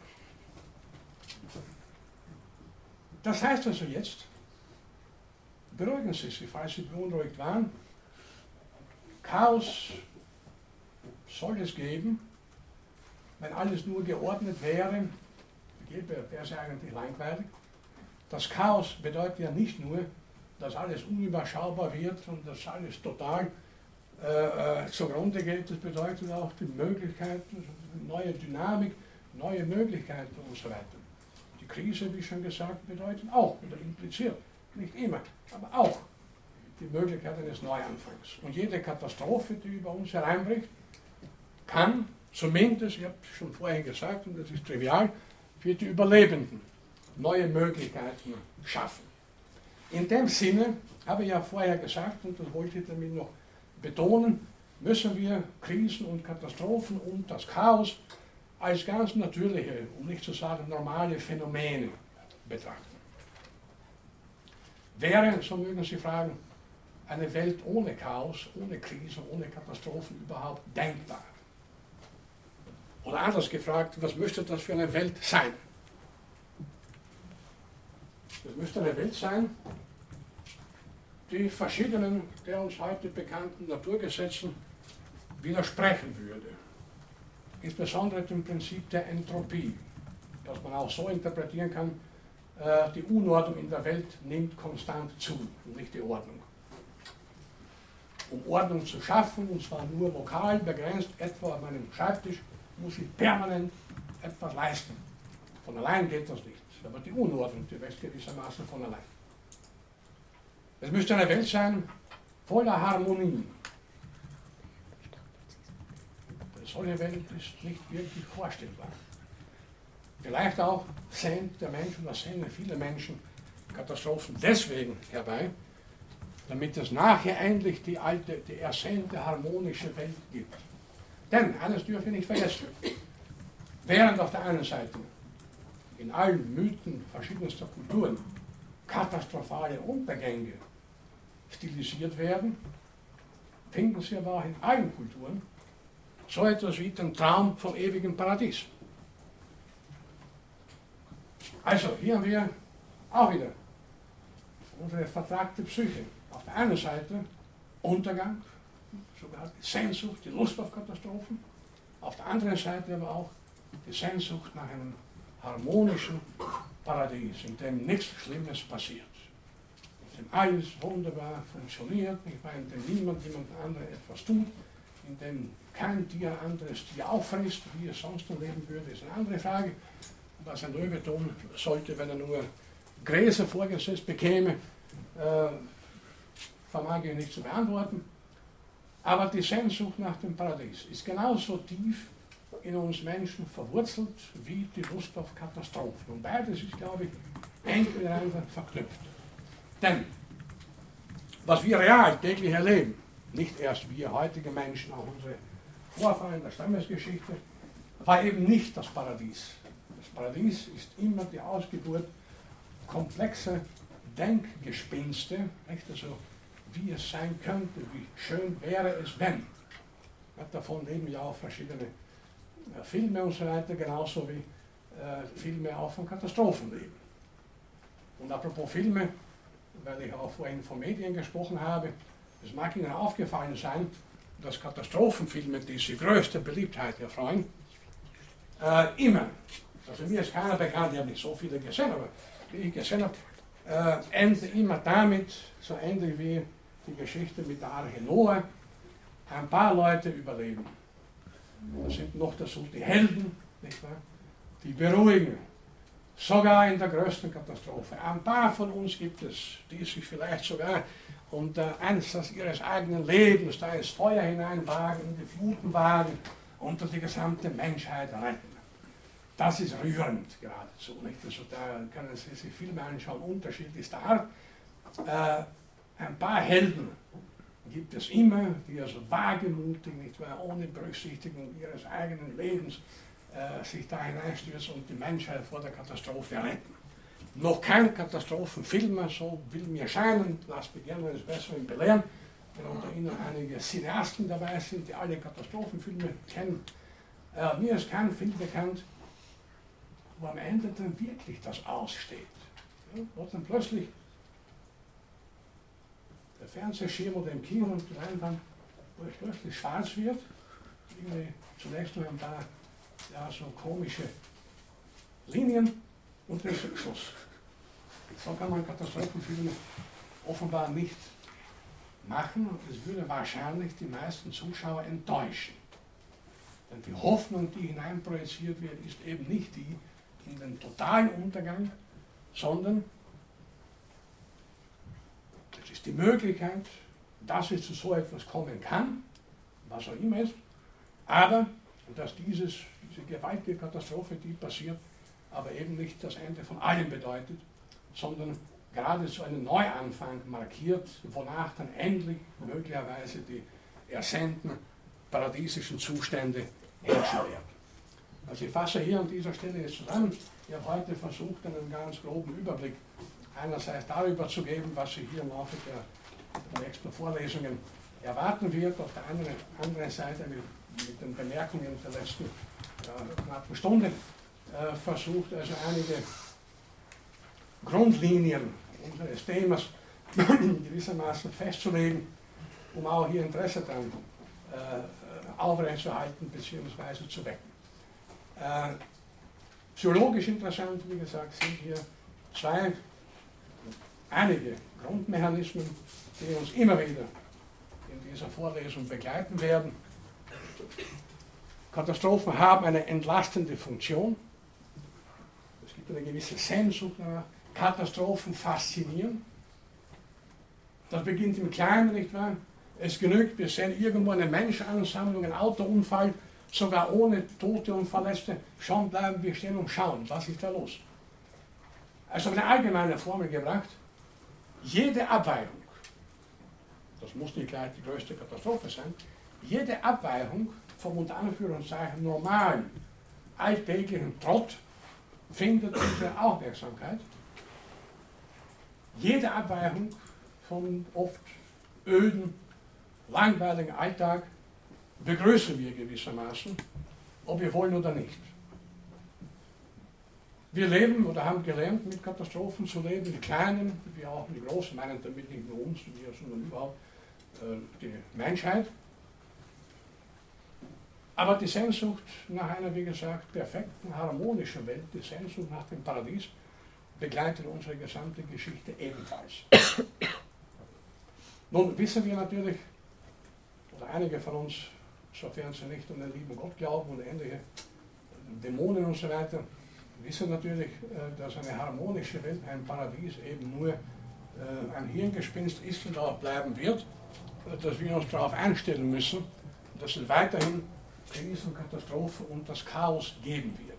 Das heißt also jetzt, beruhigen Sie sich, falls Sie beunruhigt waren, Chaos soll es geben, wenn alles nur geordnet wäre, wäre es ja eigentlich langweilig. Das Chaos bedeutet ja nicht nur, dass alles unüberschaubar wird und dass alles total zugrunde geht, das bedeutet auch die Möglichkeit, neue Dynamik, neue Möglichkeiten und so weiter. Die Krise, wie schon gesagt, bedeutet auch, oder impliziert, nicht immer, aber auch die Möglichkeit eines Neuanfangs. Und jede Katastrophe, die über uns hereinbricht, kann zumindest, ich habe es schon vorhin gesagt, und das ist trivial, für die Überlebenden neue Möglichkeiten schaffen. In dem Sinne habe ich ja vorher gesagt, und das wollte ich damit noch betonen, müssen wir Krisen und Katastrophen und das Chaos als ganz natürliche, um nicht zu sagen normale Phänomene betrachten. Wäre, so mögen Sie fragen, eine Welt ohne Chaos, ohne Krisen, ohne Katastrophen überhaupt denkbar? Oder anders gefragt, was müsste das für eine Welt sein? Das müsste eine Welt sein, die verschiedenen der uns heute bekannten Naturgesetzen widersprechen würde. Insbesondere dem Prinzip der Entropie, das man auch so interpretieren kann, die Unordnung in der Welt nimmt konstant zu und nicht die Ordnung. Um Ordnung zu schaffen, und zwar nur lokal begrenzt, etwa auf meinem Schreibtisch, muss ich permanent etwas leisten. Von allein geht das nicht, aber die Unordnung, die wächst gewissermaßen von allein. Es müsste eine Welt sein, voller Harmonie. Eine solche Welt ist nicht wirklich vorstellbar. Vielleicht auch sehnt der Mensch, oder sehnen viele Menschen Katastrophen deswegen herbei, damit es nachher endlich die ersehnte harmonische Welt gibt. Denn, eines dürfen wir nicht vergessen, während auf der einen Seite in allen Mythen verschiedenster Kulturen katastrophale Untergänge stilisiert werden, finden Sie aber auch in allen Kulturen so etwas wie den Traum vom ewigen Paradies. Also, hier haben wir auch wieder unsere vertragte Psyche. Auf der einen Seite Untergang, sogar die Sehnsucht, die Lust auf Katastrophen. Auf der anderen Seite aber auch die Sehnsucht nach einem harmonischen Paradies, in dem nichts Schlimmes passiert. In dem alles wunderbar funktioniert, in dem niemand anderem etwas tut, in dem kein Tier anderes Tier auffrisst, wie es sonst noch leben würde, ist eine andere Frage. Was ein Löwe tun sollte, wenn er nur Gräser vorgesetzt bekäme, vermag ich nicht zu beantworten. Aber die Sehnsucht nach dem Paradies ist genauso tief in uns Menschen verwurzelt wie die Lust auf Katastrophen. Und beides ist, glaube ich, eng miteinander verknüpft. Denn was wir real täglich erleben, nicht erst wir heutige Menschen, auch unsere Vorfahren der Stammesgeschichte, war eben nicht das Paradies. Das Paradies ist immer die Ausgeburt komplexer Denkgespinste, nicht? Also, wie es sein könnte, wie schön wäre es, wenn. Davon leben ja auch verschiedene Filme und so weiter, genauso wie Filme auch von Katastrophen leben. Und apropos Filme, weil ich auch vorhin von Medien gesprochen habe, es mag Ihnen aufgefallen sein, dass Katastrophenfilme diese größte Beliebtheit erfreuen, immer, also mir ist keiner bekannt, ich habe nicht so viele gesehen, aber die ich gesehen habe, enden immer damit, so ähnlich wie die Geschichte mit der Arche Noah, ein paar Leute überleben. Das sind noch dazu die Helden, nicht wahr? Die beruhigen, sogar in der größten Katastrophe. Ein paar von uns gibt es, die sich vielleicht sogar unter Einsatz ihres eigenen Lebens da ins Feuer hineinwagen, in die Fluten wagen und die gesamte Menschheit retten. Das ist rührend geradezu. Nicht? Also da können Sie sich Filme anschauen, unterschiedlichster Art. Ein paar Helden gibt es immer, die also wagemutig, nicht wahr, ohne Berücksichtigung ihres eigenen Lebens sich da hineinstürzen und die Menschheit vor der Katastrophe retten. Noch kein Katastrophenfilm, so will mir scheinen, lasst mich gerne eines Besseren belehren, wenn unter Ihnen einige Cineasten dabei sind, die alle Katastrophenfilme kennen. Mir ist kein Film bekannt, wo am Ende dann wirklich das aussteht. Ja, wo dann plötzlich der Fernsehschirm oder im Kino und die Leinwand plötzlich schwarz wird, irgendwie zunächst noch ein paar so komische Linien und dann ist Schluss. So kann man Katastrophenfilme offenbar nicht machen und es würde wahrscheinlich die meisten Zuschauer enttäuschen. Denn die Hoffnung, die hineinprojiziert wird, ist eben nicht die in den totalen Untergang, sondern es ist die Möglichkeit, dass es zu so etwas kommen kann, was auch immer ist, aber dass diese gewaltige Katastrophe, die passiert, aber eben nicht das Ende von allem bedeutet, sondern geradezu einen Neuanfang markiert, wonach dann endlich möglicherweise die ersehnten paradiesischen Zustände herrschen werden. Also ich fasse hier an dieser Stelle jetzt zusammen. Ich habe heute versucht, einen ganz groben Überblick einerseits darüber zu geben, was Sie hier im Laufe der nächsten Vorlesungen erwarten wird, auf der anderen Seite mit den Bemerkungen der letzten knappen Stunde versucht, also einige Grundlinien unseres Themas gewissermaßen festzulegen, um auch hier Interesse daran aufrechtzuerhalten bzw. zu wecken. Psychologisch interessant, wie gesagt, sind hier einige Grundmechanismen, die uns immer wieder in dieser Vorlesung begleiten werden. Katastrophen haben eine entlastende Funktion. Es gibt eine gewisse Sehnsucht nach Katastrophen faszinieren. Das beginnt im Kleinen, nicht wahr? Es genügt, wir sehen irgendwo eine Menschenansammlung, einen Autounfall, sogar ohne Tote und Verletzte, schon bleiben wir stehen und schauen, was ist da los. Also eine allgemeine Formel gebracht, jede Abweichung, das muss nicht gleich die größte Katastrophe sein, jede Abweichung vom unter Anführungszeichen normalen, alltäglichen Trott findet unsere Aufmerksamkeit. Jede Abweichung vom oft öden, langweiligen Alltag begrüßen wir gewissermaßen, ob wir wollen oder nicht. Wir leben oder haben gelernt, mit Katastrophen zu leben, die kleinen, wie auch die großen, meinen damit nicht nur uns, sondern überhaupt die Menschheit. Aber die Sehnsucht nach einer, wie gesagt, perfekten, harmonischen Welt, die Sehnsucht nach dem Paradies, begleitet unsere gesamte Geschichte ebenfalls. Nun wissen wir natürlich, oder einige von uns, sofern sie nicht an den lieben Gott glauben und ähnliche Dämonen und so weiter, wissen natürlich, dass eine harmonische Welt, ein Paradies eben nur ein Hirngespinst ist und auch bleiben wird, dass wir uns darauf einstellen müssen, dass es weiterhin Krisen, Katastrophen und das Chaos geben wird.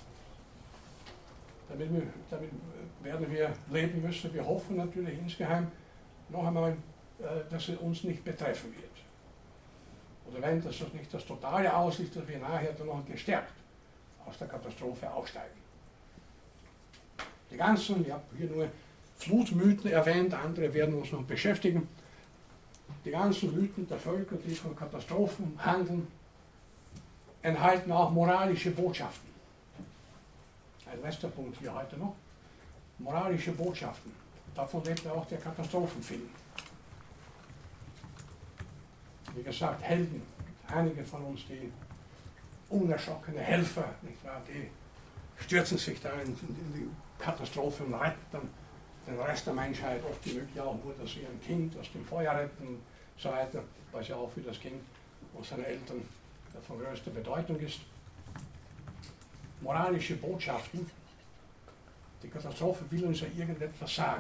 Damit werden wir leben müssen. Wir hoffen natürlich insgeheim noch einmal, dass es uns nicht betreffen wird. Oder wenn das nicht das Totale aus ist, dass wir nachher dann noch gestärkt aus der Katastrophe aussteigen. Die ganzen, ich habe hier nur Flutmythen erwähnt, andere werden uns noch beschäftigen. Die ganzen Mythen der Völker, die von Katastrophen handeln, enthalten auch moralische Botschaften. Ein letzter Punkt hier heute noch. Moralische Botschaften. Davon lebt auch der Katastrophenfilm. wie gesagt, Helden. Einige von uns, die unerschrockene Helfer, nicht wahr? Die stürzen sich da in die Katastrophe und retten dann den Rest der Menschheit, oft die möglich auch nur, dass sie ein Kind aus dem Feuer retten und so weiter, was ja auch für das Kind und seine Eltern von größter Bedeutung ist. Moralische Botschaften. Die Katastrophe will uns ja irgendetwas sagen.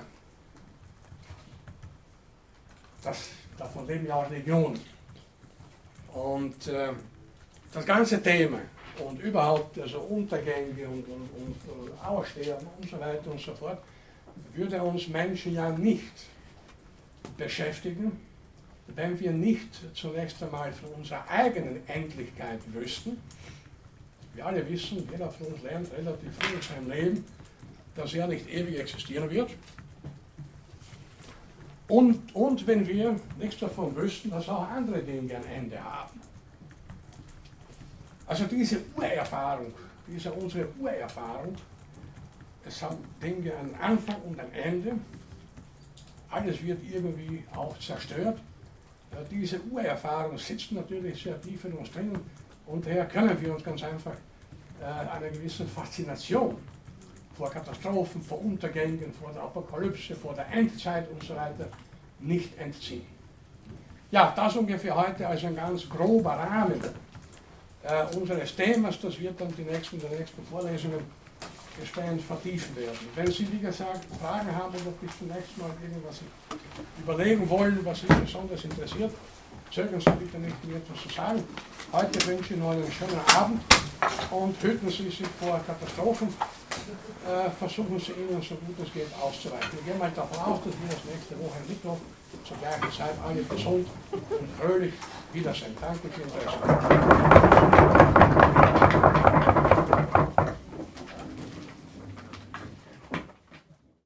Davon leben ja auch Religionen. Und das ganze Thema und überhaupt also Untergänge und Aussterben und so weiter und so fort, würde uns Menschen ja nicht beschäftigen, wenn wir nicht zunächst einmal von unserer eigenen Endlichkeit wüssten. Wir alle wissen, jeder von uns lernt relativ früh in seinem Leben, dass er nicht ewig existieren wird. Und wenn wir nichts davon wüssten, dass auch andere Dinge ein Ende haben. Also diese Urerfahrung, unsere Urerfahrung, es haben Dinge einen Anfang und ein Ende, alles wird irgendwie auch zerstört. Diese Urerfahrung sitzt natürlich sehr tief in uns drin und daher können wir uns ganz einfach einer gewissen Faszination vor Katastrophen, vor Untergängen, vor der Apokalypse, vor der Endzeit und so weiter nicht entziehen. Ja, das ungefähr heute als ein ganz grober Rahmen unseres Themas, das wird dann die nächsten Vorlesungen gespannt vertiefen werden. Wenn Sie, wie gesagt, Fragen haben oder bis zum nächsten Mal irgendwas überlegen wollen, was Sie besonders interessiert, zögern Sie bitte nicht, mir etwas zu sagen. Heute wünsche ich Ihnen einen schönen Abend und hüten Sie sich vor Katastrophen. Versuchen Sie ihnen so gut es geht auszuweichen. Ich gehe mal davon aus, dass wir das nächste Woche Mittwoch zur gleichen Zeit alle gesund und fröhlich wieder sind. Danke für Ihr Interesse.